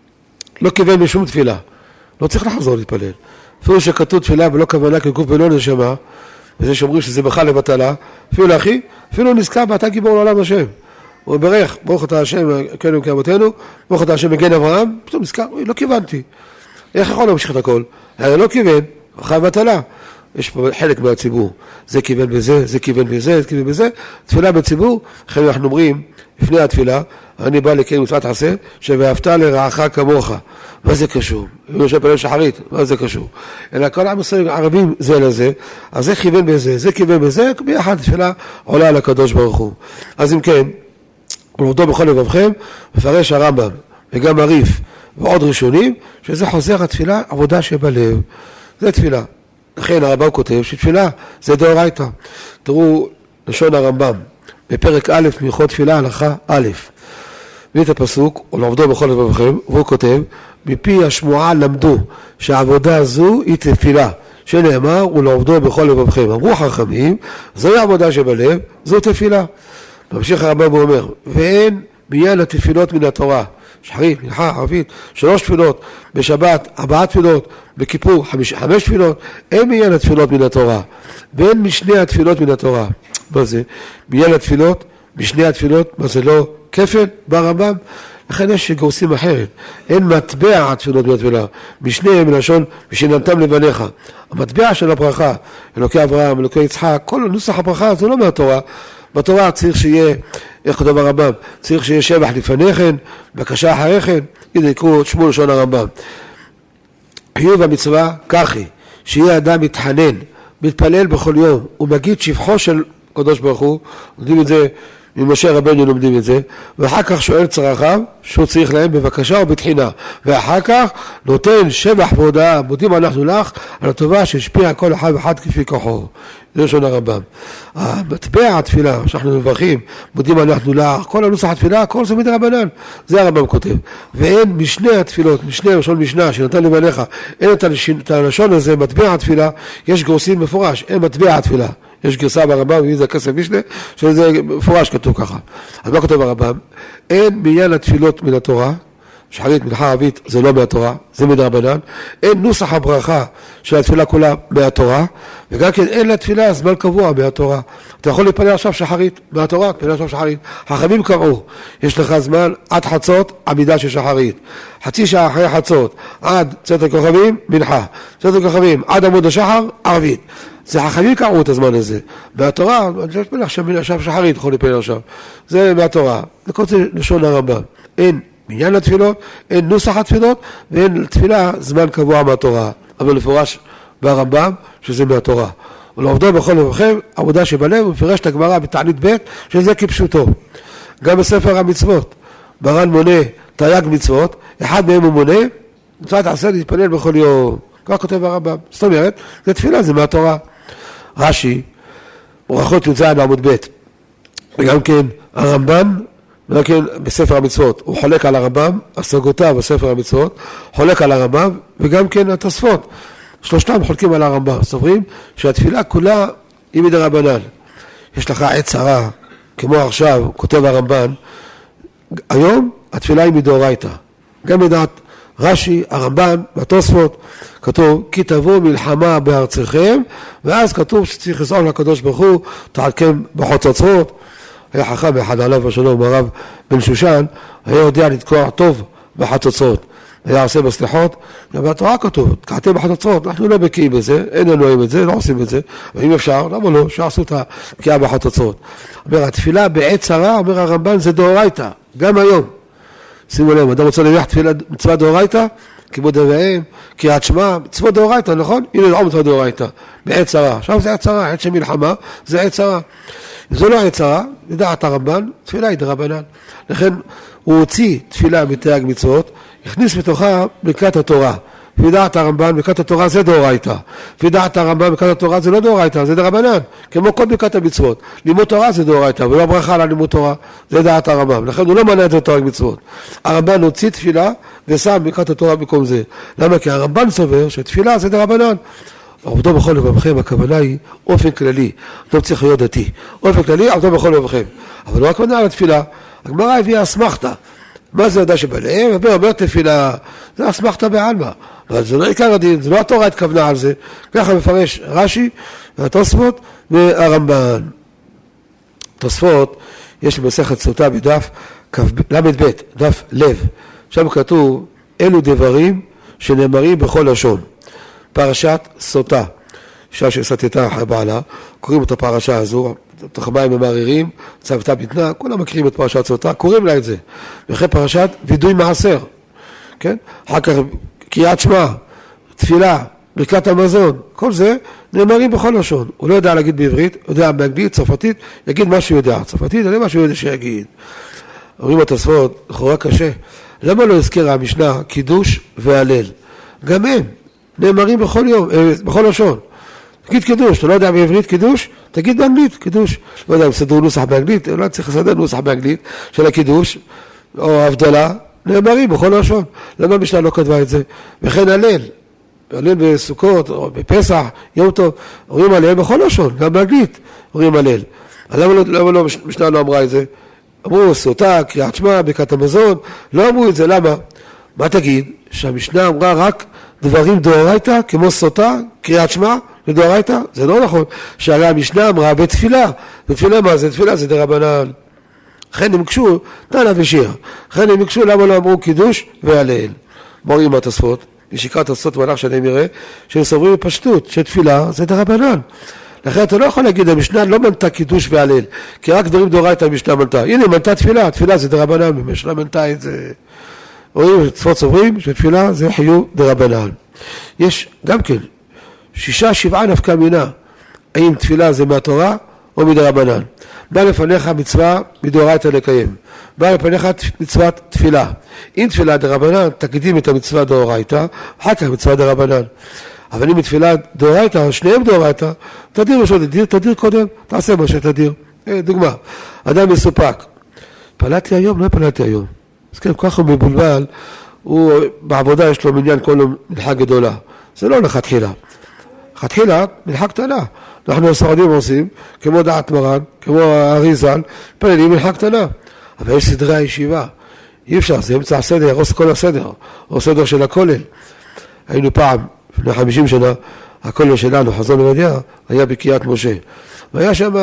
לא כיוון בשום תפילה. לא צריך לחזור להתפלל. אפילו שכתוב תפילה ולא כוונה כגוף ולא נשמה, וזה שאומרים שזה בכלל לבטלה, אפילו לאחי, אפילו נזכר ואתה גיבור לעולם השם. הוא ברך, ברוך אתה השם, כנו כאבותינו, ברוך אתה השם מגן אברהם, פתאום נזכר, לא כיוונתי. איך יכול להמשיך את הכל? היה לא כיוון, אחרי בטלה. יש פה חלק מהציבור, זה כיוון בזה, זה כיוון בזה, זה כיוון בזה. תפילה בציבור, אחרי אנחנו אומרים, לפני התפילה, אני בא לקיים מצוות עשה, שאהבת לרעך כמוך. מה זה קשור? אם יש פעילות שחרית, מה זה קשור? אלא כל עם ישראל ערבים זה לזה, אז זה כיוון בזה, זה כיוון בזה, ביחד תפילה עולה על הקדוש ברוך הוא. אז אם כן, ולומדו בכל לבבכם, מפרש הרמב"ם, וגם הריף, ועוד ראשונים, שזה חוזר התפילה, עבודה שבלב. זה תפילה. לכן הרמב"ם כותב שתפילה זה דאורייתא. תראו לשון הרמב"ם, בפרק א' מהלכות תפילה, הלכה א', ואת הפסוק, ולומדו בכל לבבכם, והוא כותב, מפי השמועה למדו שהעבודה הזו היא תפילה, שנאמר, ולומדו בכל לבבכם. אמרו חכמים, זוהי עבודה שבלב, זו תפילה. ממשיך הרמב"ם ואומר, ואין מיין התפילות מן התורה, שחרית, מנחה, ערבית, שלוש תפילות, בשבת, ארבעה תפילות, בכיפור, חמש, חמש תפילות, אין מיין התפילות מן התורה, ואין משני התפילות מן התורה. מה זה? מיין התפילות, משני התפילות, מה זה לא כפל ברמב"ם? לכן יש שגורסים אחרת. אין מטבע התפילות מהתפילה, משניהם מלשון, ושננתם לבניך. המטבע של הברכה, אלוקי אברהם, אלוקי יצחק, כל נוסח הברכה זה לא מהתורה. בתורה צריך שיהיה, איך כתוב הרמב"ם, צריך שיהיה שבח לפניכן, בקשה אחריכן, הנה יקראו את שמו לשון הרמב"ם. חיוב המצווה כך היא, שיהיה אדם מתחנן, מתפלל בכל יום, ומגיד שבחו של קדוש ברוך הוא, לומדים את זה, ממשה רבנו לומדים את זה, ואחר כך שואל צרכיו, שהוא צריך להם בבקשה או בתחינה, ואחר כך נותן שבח והודעה, מודים אנחנו לך, על הטובה שהשפיע כל אחד ואחד כפי כוחו. זה לשון הרמב"ם. המטבע התפילה, שאנחנו מברכים, מודים אנחנו לך, כל הנוסח התפילה, כל זה מדרבנן, זה הרמב"ם כותב. ואין משני התפילות, משני לשון משנה, שנתן לבניך, אין את הלשון הזה, מטבע התפילה, יש גורסים מפורש, אין מטבע התפילה. יש גרסה ברמב"ם, וזה הכסף משנה, שזה מפורש כתוב ככה. אז מה כתוב ברמב"ם? אין בעניין התפילות מן התורה, שחרית, מנחה, ערבית, זה לא מהתורה, זה מדרבנן. אין נוסח הברכה של התפילה כולה מהתורה, וגם כן אין לתפילה זמן קבוע מהתורה. אתה יכול להתפלל עכשיו שחרית מהתורה, תפלל עכשיו שחרית. החכמים קבעו, יש לך זמן עד חצות, עמידה של שחרית. חצי שעה אחרי חצות, עד צאת הכוכבים, מנחה. צאת הכוכבים, עד עמוד השחר, ערבית. זה החכמים קראו את הזמן הזה. מהתורה, אני לא מתפלל עכשיו, עכשיו שחרית, יכול להתפלל עכשיו. זה מהתורה. זה כל זה לשון הרמב"ם. אין בעניין התפילות, אין נוסח התפילות, ואין תפילה זמן קבוע מהתורה. אבל לפורש ברמב"ם, שזה מהתורה. ולעובדו בכל לבבכם, עבודה שבלב, ומפרש את הגמרא בתענית ב' שזה כפשוטו. גם בספר המצוות, ברן מונה תרי"ג מצוות, אחד מהם הוא מונה, מצוות עשה להתפלל בכל יום. כך כותב הרמב"ם. זאת אומרת, זה תפילה, זה מהתורה. רש"י, אורחות י"ז עמוד ב', וגם כן הרמב"ם, וגם כן בספר המצוות, הוא חולק על הרמב"ם, השגותיו בספר המצוות, חולק על הרמב"ם, וגם כן התוספות. שלושתם חולקים על הרמב"ם, סוברים שהתפילה כולה היא מדרבנן. יש לך עת צרה, כמו עכשיו, כותב הרמב"ם, היום התפילה היא מדאורייתא. גם לדעת רש"י, הרמב"ם, בתוספות, כתוב, כי תבוא מלחמה בארצכם, ואז כתוב שצריך לזעוק לקדוש ברוך הוא, תעדכם בחוצוצרות. היה חכם אחד עליו השלום, הרב בן שושן, היה יודע לתקוע טוב בחצוצרות. היה עושה בסליחות, ובתורה כתוב, תקעתם בחצוצרות, אנחנו לא בקיאים בזה, אין לנו את זה, לא עושים את זה, ואם אפשר, למה לא, שעשו את התקיעה בחצוצרות. אומר, התפילה בעת צרה, אומר הרמב"ן, זה דאורייתא, גם היום. שימו לב, אדם רוצה להניח תפילה מצווה דאורייתא, כיבוד אב ואם, קריאת שמע, מצוות דאורייתא, נכון? הנה לא מצווה דאורייתא, בעת צרה. עכשיו זה עת צרה, עת של מלחמה, זה עת צרה. אם זו לא עת צרה, לדעת הרמב"ן, תפילה היא דרבנן. לכן הוא הוציא תפילה מתרי"ג מצוות, הכניס בתוכה ברכת התורה. לפי דעת הרמב"ן, ברכת התורה זה דאורייתא. לפי דעת הרמב"ן, ברכת התורה זה לא דאורייתא, זה דרבנן. כמו כל ברכת המצוות. לימוד תורה זה דאורייתא, ולא ברכה על לימוד תורה. זה דעת הרמב"ן. לכן הוא לא מנע את זה תורה מצוות. הרמב"ן הוציא תפילה ושם ברכת התורה במקום זה. למה? כי הרמב"ן סובר שתפילה זה דרבנן. עבדו בכל לבבכם, הכוונה היא אופן כללי. לא צריך להיות דתי. אופן כללי, עבדו בכל לבבכם. אבל לא רק מנע על התפילה. הגמרא הביאה אסמכתא. מה זה ידע שבעליהם? הרבה אומר תפילה, זה אסמכתא בעלמא. אבל זה לא עיקר הדין, זה לא התורה התכוונה על זה. ככה מפרש רש"י, התוספות והרמב"ן. תוספות, יש במסכת סוטה בדף למד ב', דף לב. שם כתוב, אלו דברים שנאמרים בכל לשון. פרשת סוטה. אישה שסטתה אחרי בעלה, קוראים את הפרשה הזו, תחמיים המערירים, צוותה בטנה, כולם מכירים את פרשת סוטה, קוראים לה את זה. ואחרי פרשת וידוי מעשר, כן? אחר כך קריאת שמע, תפילה, ברכת המזון, כל זה נאמרים בכל לשון. הוא לא יודע להגיד בעברית, הוא יודע באנגלית, צרפתית, יגיד מה שהוא יודע. צרפתית, אני מה שהוא יודע שיגיד. אומרים התוספות, לכאורה קשה. למה לא הזכיר המשנה קידוש והלל? גם הם נאמרים בכל יום, בכל לשון. תגיד קידוש, אתה לא יודע בעברית קידוש? תגיד באנגלית קידוש. לא יודע אם סדרו נוסח באנגלית, אולי צריך לסדר נוסח באנגלית של הקידוש, או הבדלה, נאמרים בכל לשון. למה המשנה לא כתבה את זה? וכן הלל, הלל בסוכות, או בפסח, יום טוב, אומרים הלל בכל לשון, גם באנגלית אומרים הלל. למה לא, למה לא, המשנה לא אמרה את זה? אמרו סוטה, קריאת שמע, ברכת המזון, לא אמרו את זה, למה? מה תגיד? שהמשנה אמרה רק דברים דאורייתא, כמו סוטה, קריאת שמע, לדאורייתא? זה לא נכון. שהרי המשנה אמרה בתפילה. בתפילה מה זה? תפילה זה דרבנן. לכן הם הקשו, תנא ושיר. לכן הם הקשו למה לא אמרו קידוש והלל. מורים התוספות, בשקרת התוספות מהלך שאני מראה, שהם סוברים בפשטות, שתפילה זה דרבנן. לכן אתה לא יכול להגיד, המשנה לא מנתה קידוש והלל, כי רק דברים דאורייתא המשנה מנתה. הנה, מנתה תפילה, תפילה זה דרבנן, המשנה מנתה את זה. רואים, תוספות סוברים שתפילה זה חיוב דרבנן. יש גם כן, שישה, שבעה נפקא מינה, האם תפילה זה מהתורה או מדרבנן. בא לפניך מצווה מדאורייתא לקיים. בא לפניך מצוות תפילה. אם תפילה דרבנן, תקדים את המצווה דאורייתא, אחר כך מצווה דרבנן. אבל אם תפילה דאורייתא, שניהם דאורייתא, תדיר מה שתדיר, תדיר קודם, תעשה מה שתדיר. דוגמה, אדם מסופק. פלטתי היום, לא פלטתי היום. אז כן, ככה הוא מבולבל, הוא בעבודה יש לו מניין כל מנחה גדולה. זה לא לכתחילה. לכתחילה, מנחה קטנה. אנחנו הספרדים עושים, כמו דעת מרן, כמו האריז"ל, פללים מנחה קטנה. אבל יש סדרי הישיבה. אי אפשר, זה אמצע הסדר, ירוס כל הסדר, או סדר של הכולל. היינו פעם, לפני חמישים שנה, הכולל שלנו, חזון עובדיה, היה בקריית משה. והיה שם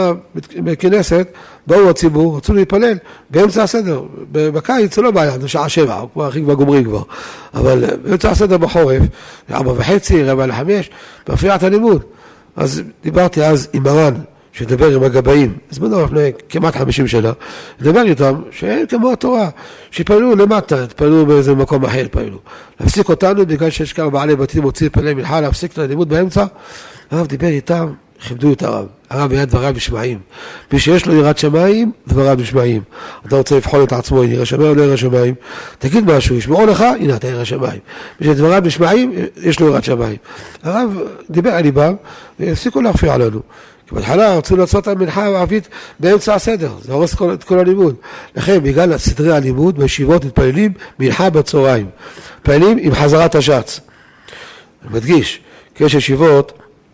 בכנסת, באו הציבור, רצו להתפלל באמצע הסדר. בקיץ זה לא בעיה, זה שעה שבע, הוא כבר הכי כבר גומרים כבר. אבל באמצע הסדר בחורף, ארבע וחצי, רבע לחמש, מפריעת הלימוד. אז דיברתי אז עם מרן, שדבר עם הגבאים, זמנו לפני כמעט חמישים שנה, לדבר איתם שאין כמו התורה, שפעלו למטה, תפעלו באיזה מקום אחר, תפעלו. להפסיק אותנו בגלל שיש כמה בעלי בתים מוציא פעלי מלחה, להפסיק את הלימוד באמצע. הרב דיבר איתם, כיבדו את הרב. הרב היה דבריו נשמעים. מי שיש לו יראת שמיים, דבריו נשמעים. אתה רוצה לבחון את עצמו, אם ירא שמיים או לא ירא שמיים, תגיד משהו, ישמעו לך, הנה אתה ירא שמיים. מי שדבריו נשמעים, יש לו יראת שמיים. הרב דיבר על ליבם, והפסיקו להכפיע עלינו. כי בהתחלה רצו לעשות המנחה הערבית באמצע הסדר, זה הורס את כל הלימוד. לכן, בגלל סדרי הלימוד, בישיבות מתפללים מנחה בצהריים. מתפללים עם חזרת השץ. אני מדגיש, כי יש ישיבות,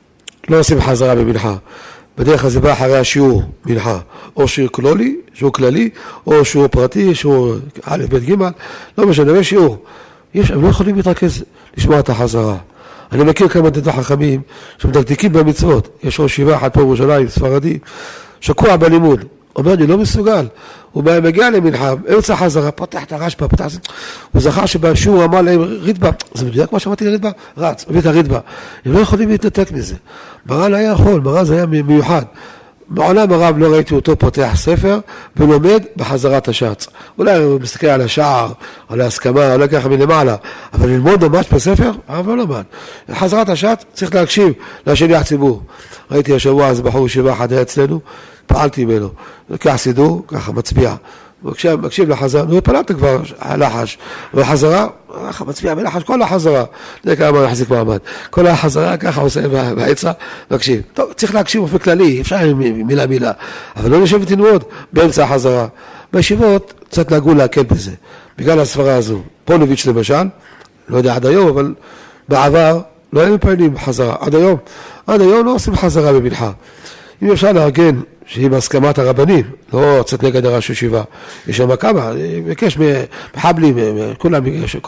לא עושים חזרה במנחה. בדרך כלל זה בא אחרי השיעור מנחה. או שיעור כללי, שיעור כללי, או שיעור פרטי, שיעור א', ב', ג', לא משנה, יש שיעור. יש, הם לא יכולים להתרכז לשמוע את החזרה. אני מכיר כמה תלמידי חכמים שמדקדקים במצוות. יש ראש ישיבה אחת פה בירושלים, ספרדי, שקוע בלימוד. אומר, אני לא מסוגל. הוא מגיע למנחה, אמצע חזרה, פותח את הרשב"א, פותח... הוא זכר שבשיעור אמר להם רידב"א, זה מדויק מה שאמרתי לרידב"א? רץ, מביא את הרידב"א. הם לא יכולים להתנתק מזה. מרן היה יכול, מרן זה היה מיוחד. מעולם הרב לא ראיתי אותו פותח ספר ולומד בחזרת השץ. אולי הוא מסתכל על השער, על ההסכמה, אולי ככה מלמעלה, אבל ללמוד ממש בספר, הרב לא למד. חזרת השץ צריך להקשיב לשליח ציבור. ראיתי השבוע אז בחור ישיבה אחד היה אצלנו, פעלתי ממנו, לקח סידור, ככה מצביע, מקשיב, מקשיב לחזרה, נו, פלטת כבר הלחש, והחזרה, מצביע בלחש, כל החזרה, זה כמה מחזיק מעמד, כל החזרה ככה עושה בעצה, מקשיב. טוב, צריך להקשיב באופן כללי, אפשר מילה מילה, אבל לא לשבת ללמוד באמצע החזרה. בישיבות קצת נהגו להקל בזה, בגלל הספרה הזו. פונוביץ' למשל, לא יודע עד היום, אבל בעבר לא היו מפעילים חזרה, עד היום. עד היום לא עושים חזרה במנחה. אם אפשר לארגן שהיא בהסכמת הרבנים, לא קצת נגד הראש ישיבה, יש שם כמה, בקש מחבלים, כולם,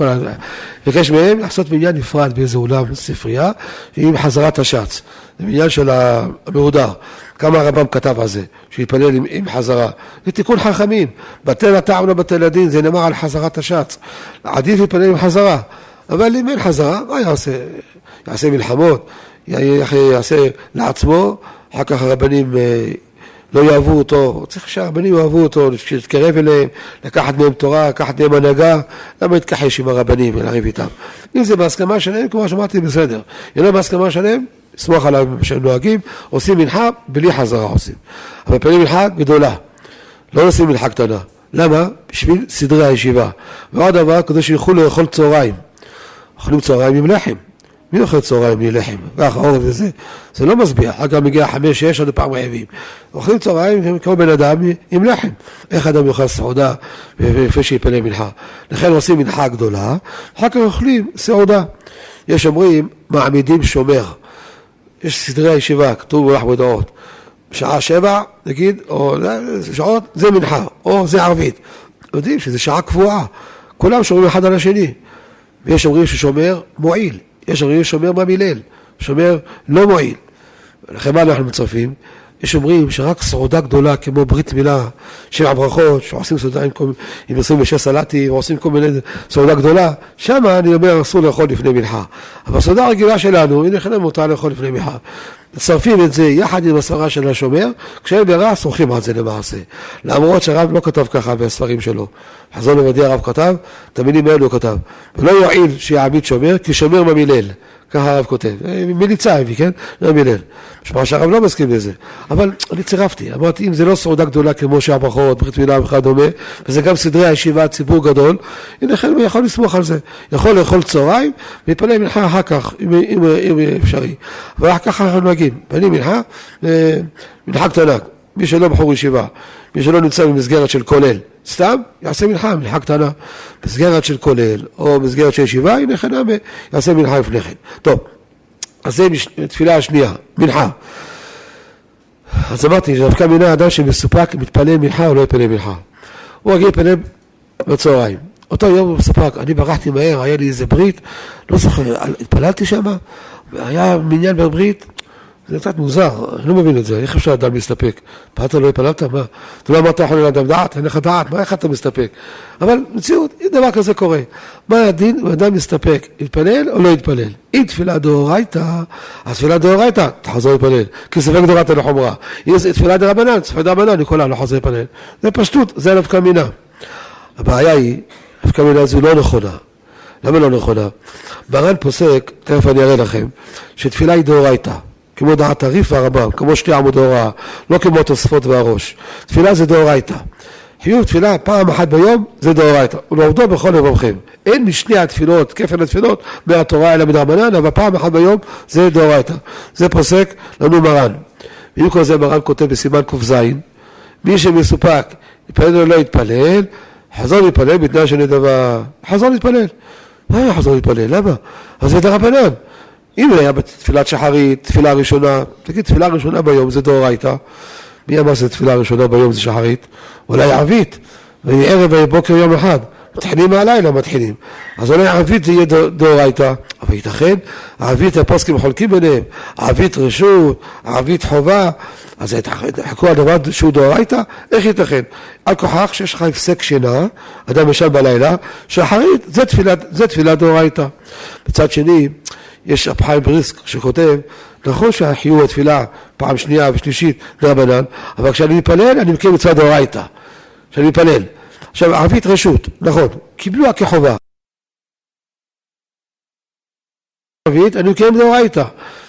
בקש מהם לעשות בעניין נפרד באיזה אולם ספרייה, עם חזרת השץ, זה בעניין של המהודר, כמה הרבם כתב על זה, שיתפלל עם, עם חזרה, זה תיקון חכמים, בטל הטעם לא בטל הדין, זה נאמר על חזרת השץ, עדיף להתפלל עם חזרה, אבל אם אין חזרה, מה יעשה? יעשה מלחמות, יעשה לעצמו, אחר כך הרבנים לא יאהבו אותו, צריך שהרבנים יאהבו אותו, שתקרב אליהם, לקחת מהם תורה, לקחת מהם הנהגה, למה יתכחש עם הרבנים ולריב איתם? אם זה בהסכמה שלהם, כמו שאמרתי, בסדר. אם לא בהסכמה שלהם, סמוך עליו שהם נוהגים, עושים מנחה, בלי חזרה עושים. אבל פעמים מנחה גדולה, לא עושים מנחה קטנה. למה? בשביל סדרי הישיבה. ועוד דבר, כדי שילכו לאכול צהריים. אוכלים צהריים עם לחם. מי אוכל צהריים עם לחם? ככה, אור וזה. זה לא מסביע. אגב, מגיע חמש, שש, עוד פעם רעבים. אוכלים צהריים כמו בן אדם עם לחם. איך אדם יאכל סעודה לפני שיפנה מנחה? לכן עושים מנחה גדולה, אחר כך אוכלים סעודה. יש אומרים, מעמידים שומר. יש סדרי הישיבה, כתוב מולך בדעות. שעה שבע, נגיד, או שעות, זה מנחה, או זה ערבית. יודעים שזה שעה קבועה. כולם שומרים אחד על השני. ויש אומרים ששומר מועיל. יש אומרים שומר במילל, שומר לא מועיל. לכן מה אנחנו מצרפים? יש אומרים שרק סעודה גדולה כמו ברית מילה, שבע ברכות, שעושים סעודה עם, עם עשרים ושש סלטים, ועושים כל מיני סעודה גדולה, שם אני אומר אסור לאכול לפני מנחה. אבל הסעודה הרגילה שלנו, הנה לכן מותר לאכול לפני מנחה. מצרפים את זה יחד עם הסברה של השומר, כשאין ברירה סורכים על זה למעשה. למרות שהרב לא כתב ככה בספרים שלו. חזון עובדיה הרב כתב, את המילים האלו הוא כתב. ולא יועיל שיעמיד שומר, כי שומר במילל. ככה הרב כותב. מליצה הביא, כן? לא מילל. משמע שהרב לא מסכים לזה. אבל אני צירפתי. אמרתי, אם זה לא סעודה גדולה כמו שעה ברכות, ברית מילה וכדומה, וזה גם סדרי הישיבה, ציבור גדול, הנה לכן הוא יכול לסמוך על זה. יכול לאכול צהריים, ויפנה מנחה אחר כך, אם, אם, אם אפשרי. ואחר כך אנחנו נוהגים. פנים מנחה, מנחה קטנה. מי שלא בחור ישיבה, מי שלא נמצא במסגרת של כולל, סתם יעשה מנחה, מנחה קטנה, מסגרת של כולל, או מסגרת של ישיבה, הנה חנמה, יעשה מנחה לפני כן. טוב, אז זה תפילה השנייה, מנחה. אז אמרתי, דווקא מינה אדם שמסופק, מתפלל מנחה או לא יפלל מנחה. הוא רגיל לפלל בצהריים. אותו יום הוא מסופק, אני ברחתי מהר, היה לי איזה ברית, לא זוכר, התפללתי שם, היה מניין בברית, זה קצת מוזר, אני לא מבין את זה, איך אפשר אדם להסתפק? פעלת לא הפעלת? מה? אתה לא אמרת יכול לאדם דעת, אין לך דעת, מה איך אתה מסתפק? אבל מציאות, אם דבר כזה קורה, מה הדין אם אדם מסתפק, יתפלל או לא יתפלל? אם תפילה דאורייתא, אז תפילה דאורייתא, תחזור להתפלל, כי ספק דאורייתא לחומרה. אם תפילה דרבנן, ספק דרבנן, לכולם לא חזור להתפלל. זה פשטות, זה נפקא מינה. הבעיה היא, נפקא מינה זו לא נכונה. למה לא נכונה? מרן פוסק, תכף אני אראה לכם, שתפילה היא דאורייתא. כמו דעת הריף והרמב"ם, כמו שתי עמוד הוראה, לא כמו תוספות והראש. תפילה זה דאורייתא. חיוב תפילה פעם אחת ביום זה דאורייתא. ולעובדו בכל לבבכם. אין משני התפילות, כפל התפילות, מהתורה אלא מדרבנן, אבל פעם אחת ביום זה דאורייתא. זה פוסק לנו מרן. ועם כל זה מרן כותב בסימן ק"ז, מי שמסופק, יתפלל או לא יתפלל, חזור להתפלל בתנאי שנדבה. חזור להתפלל. מה חזור להתפלל? למה? אז זה דרבנן. אם היה בתפילת שחרית, תפילה ראשונה, תגיד, תפילה ראשונה ביום זה דאורייתא. מי אמר שזה תפילה ראשונה ביום זה שחרית? אולי ערבית, וערב ובוקר יום אחד. מתחילים מהלילה, מתחילים. אז אולי ערבית זה יהיה דאורייתא, אבל ייתכן, ערבית הפוסקים חולקים ביניהם, ערבית רשות, ערבית חובה, אז יתחכו על דבר שהוא דאורייתא, איך ייתכן? על כוחך שיש לך הפסק שינה, אדם ישן בלילה, שחרית זה תפילה, זה תפילה דאורייתא. בצד שני, יש רב חיים בריסק שכותב, נכון שהחיוב התפילה פעם שנייה ושלישית דרבנן, אבל כשאני מתפלל אני מקיים מצווה דאורייתא, כשאני מתפלל. עכשיו ערבית רשות, נכון, קיבלוה כחובה. ערבית אני מקיים דאורייתא,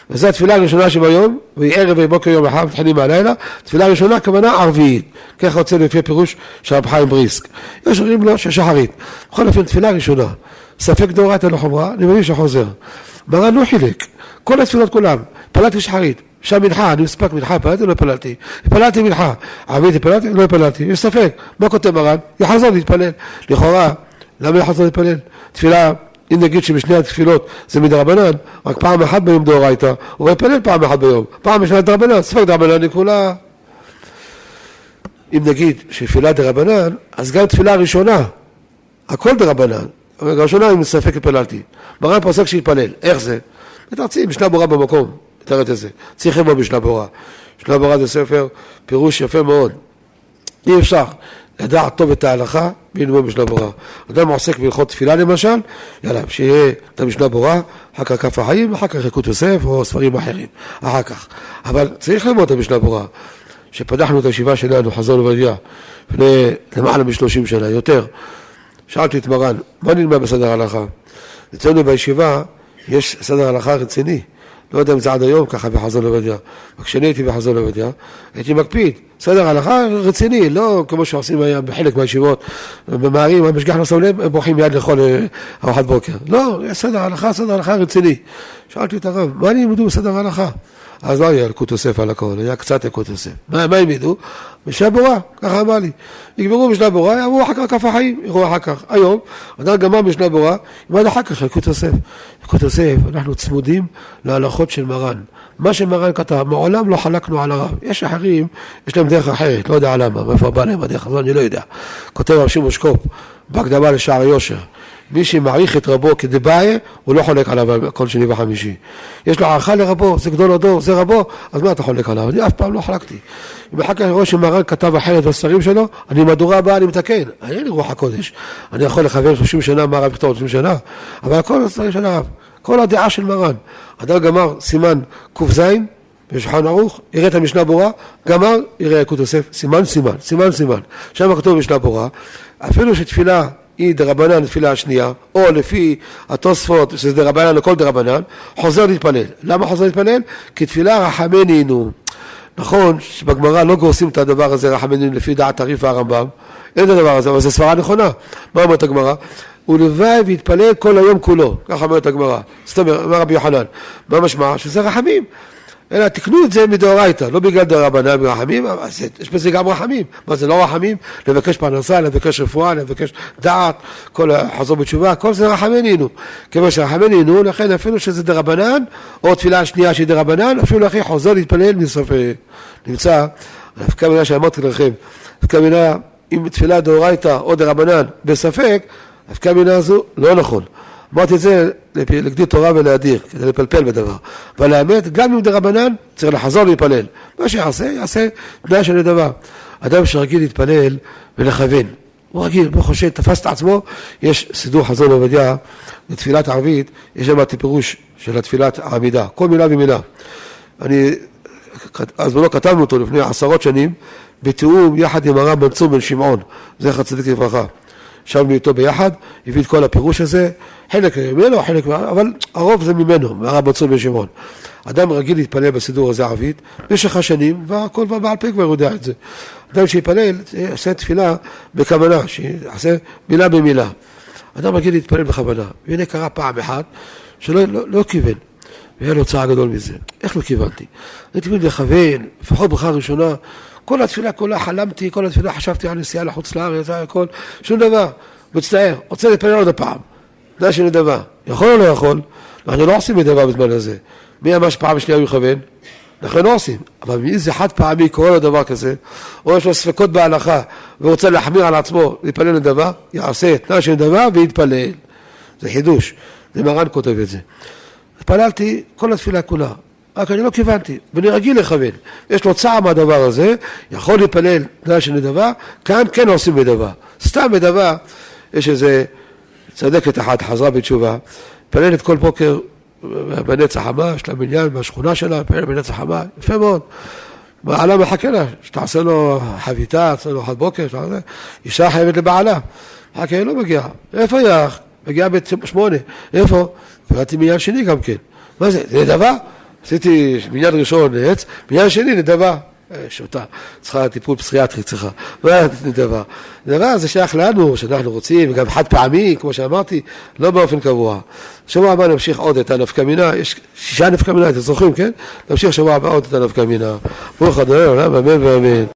וזו התפילה הראשונה שביום, והיא ערב ובוקר יום אחד, מתחילים מהלילה, תפילה ראשונה, כוונה ערבית, ככה רוצה לפי פירוש של רב חיים בריסק. יש אומרים לו ששחרית, בכל אופן תפילה ראשונה, ספק דאורייתא לא חומרה, אני מבין שחוזר. מרן לא חילק, כל התפילות כולם, פללתי שחרית, שם מנחה, אני מספק מנחה, פללתי או לא פללתי? פללתי מנחה, ערבית פללתי, לא פללתי, יש ספק, מה כותב מרן? יחזור להתפלל, לכאורה, למה יחזור להתפלל? תפילה, אם נגיד שבשני התפילות זה מדרבנן, רק פעם אחת ביום דאורייתא, הוא יפלל פעם אחת ביום, פעם בשנה דרבנן, ספק דרבנן לכולה. אם נגיד שתפילה דרבנן, אז גם תפילה ראשונה, הכל דרבנן, הראשונה אני מספק התפללתי, מרן פוסק שיתפלל, איך זה? מתרצים, משנה ברורה במקום, מתארת את זה, צריכים בו משנה ברורה, משנה ברורה זה ספר, פירוש יפה מאוד, אי אפשר לדעת טוב את ההלכה, בלמוד משנה ברורה. אדם עוסק בהלכות תפילה למשל, יאללה, שיהיה את המשנה ברורה, אחר כך כף החיים, אחר כך יקוד יוסף או ספרים אחרים, אחר כך. אבל צריך ללמוד את המשנה ברורה, שפתחנו את הישיבה שלנו, חזון עובדיה, לפני למעלה משלושים שנה, יותר. שאלתי את מרן, מה נלמד בסדר ההלכה? אצלנו בישיבה יש סדר הלכה רציני, לא יודע אם זה עד היום ככה בחזון עובדיה, וכשאני הייתי בחזון עובדיה, הייתי מקפיד, סדר הלכה רציני, לא כמו שעושים היה בחלק מהישיבות, במערים, המשגח לא שם לב, הם בורחים מיד לאכול ארוחת בוקר. לא, יש סדר הלכה, סדר הלכה רציני. שאלתי את הרב, מה אני ילמדו בסדר הלכה? אז לא היה ילקוט יוסף על הכל, היה קצת ילקוט יוסף. מה, מה הם ידעו? משנה ברורה, ככה אמר לי. יגמרו משנה ברורה, יעברו אחר כך כף החיים, יראו אחר כך. היום, אדם גמר משנה ברורה, ימד אחר כך ילקוט יוסף. ילקוט יוסף, אנחנו צמודים להלכות של מרן. מה שמרן כתב, מעולם לא חלקנו על הרב. יש אחרים, יש להם דרך אחרת, לא יודע למה, מאיפה בא להם הדרך הזו, אני לא יודע. כותב רב שמעון שקופ, בהקדמה לשער יושר. מי שמעריך את רבו כדבעי, הוא לא חולק עליו כל שני וחמישי. יש לו הערכה לרבו, זה גדול הדור, זה רבו, אז מה אתה חולק עליו? אני אף פעם לא חלקתי. אם אחר כך רואה שמרן כתב אחרת בספרים שלו, אני מהדורה הבאה, אני מתקן. אני אין לי רוח הקודש. אני יכול לכוון שלושים שנה מה הרב יכתוב שלושים שנה, אבל הכל הספרים של הרב. כל הדעה של מרן. אדם גמר סימן ק"ז, בשולחן ערוך, יראה את המשנה ברורה, גמר, יראה יקוד יוסף, סימן סימן, סימן סימן. שם כתוב משנה ברורה, אפילו שתפילה היא דרבנן לתפילה השנייה, או לפי התוספות, שזה דרבנן לכל דרבנן, חוזר להתפלל. למה חוזר להתפלל? כי תפילה רחמנינו. נכון שבגמרא לא גורסים את הדבר הזה, רחמנינו לפי דעת הרי"ף והרמב"ם, אין את הדבר הזה, אבל זו סברה נכונה. מה אומרת הגמרא? ולוואי והתפלל כל היום כולו, ככה אומרת הגמרא. זאת אומרת, אמר רבי יוחנן, מה משמע? שזה רחמים. אלא תקנו את זה מדאורייתא, לא בגלל דרבנן ורחמים, אבל יש בזה גם רחמים. מה זה לא רחמים? לבקש פרנסה, לבקש רפואה, לבקש דעת, כל חזור בתשובה, כל זה רחמנינו. כמו שרחמנינו, לכן אפילו שזה דרבנן, או תפילה השנייה שהיא דרבנן, אפילו לכי חוזר להתפלל מסוף נמצא, דווקא מילה שאמרתי לכם, דווקא מילה, אם תפילה דאורייתא או דרבנן בספק, דווקא מילה הזו לא נכון. אמרתי את זה לגדיר תורה ולהדיר, כדי לפלפל בדבר. אבל האמת, גם אם דרבנן, צריך לחזור להתפלל. מה שיעשה, יעשה תנאי של דבר. אדם שרגיל להתפלל ולכוון. הוא רגיל, הוא חושב, תפס את עצמו, יש סידור חזון עובדיה, לתפילת ערבית, יש שם פירוש של התפילת העמידה, כל מילה ומילה. אני, אז לא כתבנו אותו לפני עשרות שנים, בתיאום יחד עם הרב מנצור בן שמעון, זכר צדיק לברכה. שבנו איתו ביחד, הביא את כל הפירוש הזה, חלק ממנו, חלק, אבל הרוב זה ממנו, מהרב מנצור בן שמעון. אדם רגיל להתפלל בסידור הזה ערבית, במשך השנים, והכל בעל פה כבר יודע את זה. אדם שיתפלל, יעשה תפילה בכוונה, שיעשה מילה במילה. אדם רגיל להתפלל בכוונה, והנה קרה פעם אחת, שלא לא, לא כיוון, והיה לו צער גדול מזה. איך לא כיוונתי? הייתי מבין לכוון, לפחות ברכה ראשונה, כל התפילה כולה חלמתי, כל התפילה חשבתי על נסיעה לחוץ לארץ, הכל, שום דבר, מצטער, רוצה להתפלל עוד הפעם, זה שני דבר, יכול או לא יכול? אנחנו לא עושים את דבר בזמן הזה, מי אמר שפעם שנייה הוא יכוון? אנחנו לא עושים, אבל מי זה חד פעמי קורא לו דבר כזה, או יש לו ספקות בהלכה, ורוצה להחמיר על עצמו, להתפלל לדבר, יעשה את תנאי של דבר ויתפלל, זה חידוש, זה מרן כותב את זה. התפללתי כל התפילה כולה, רק אני לא כיוונתי, ואני רגיל לכוון. יש לו צער מהדבר הזה, יכול להיפלל תנאי של דבר, כאן כן עושים בדבר. סתם בדבר, יש איזה צדקת אחת, חזרה בתשובה, פללת כל בוקר בנץ החמה, יש לה בניין בשכונה שלה, פללת בנץ החמה, יפה מאוד. בעלה מחכה לה, שתעשה לו חביתה, תעשה לו חד בוקר, שתעשה, אישה חייבת לבעלה. חכה, לא מגיעה. איפה יח? מגיעה בשמונה. איפה? פללתי מיין שני גם כן. מה זה? זה דבר? עשיתי מיד ראשון עץ, מיד שני נדבה. שוטה, צריכה טיפול פסיכיאטרי, צריכה. מה נדבה? נדבה זה שייך לנו, שאנחנו רוצים, גם חד פעמי, כמו שאמרתי, לא באופן קבוע. שבוע הבא נמשיך עוד את הנפקא מינה, יש שישה נפקא מינה, אתם זוכרים, כן? נמשיך שבוע הבא עוד את הנפקא מינה. ברוך ה' לעולם, אמן ואמן.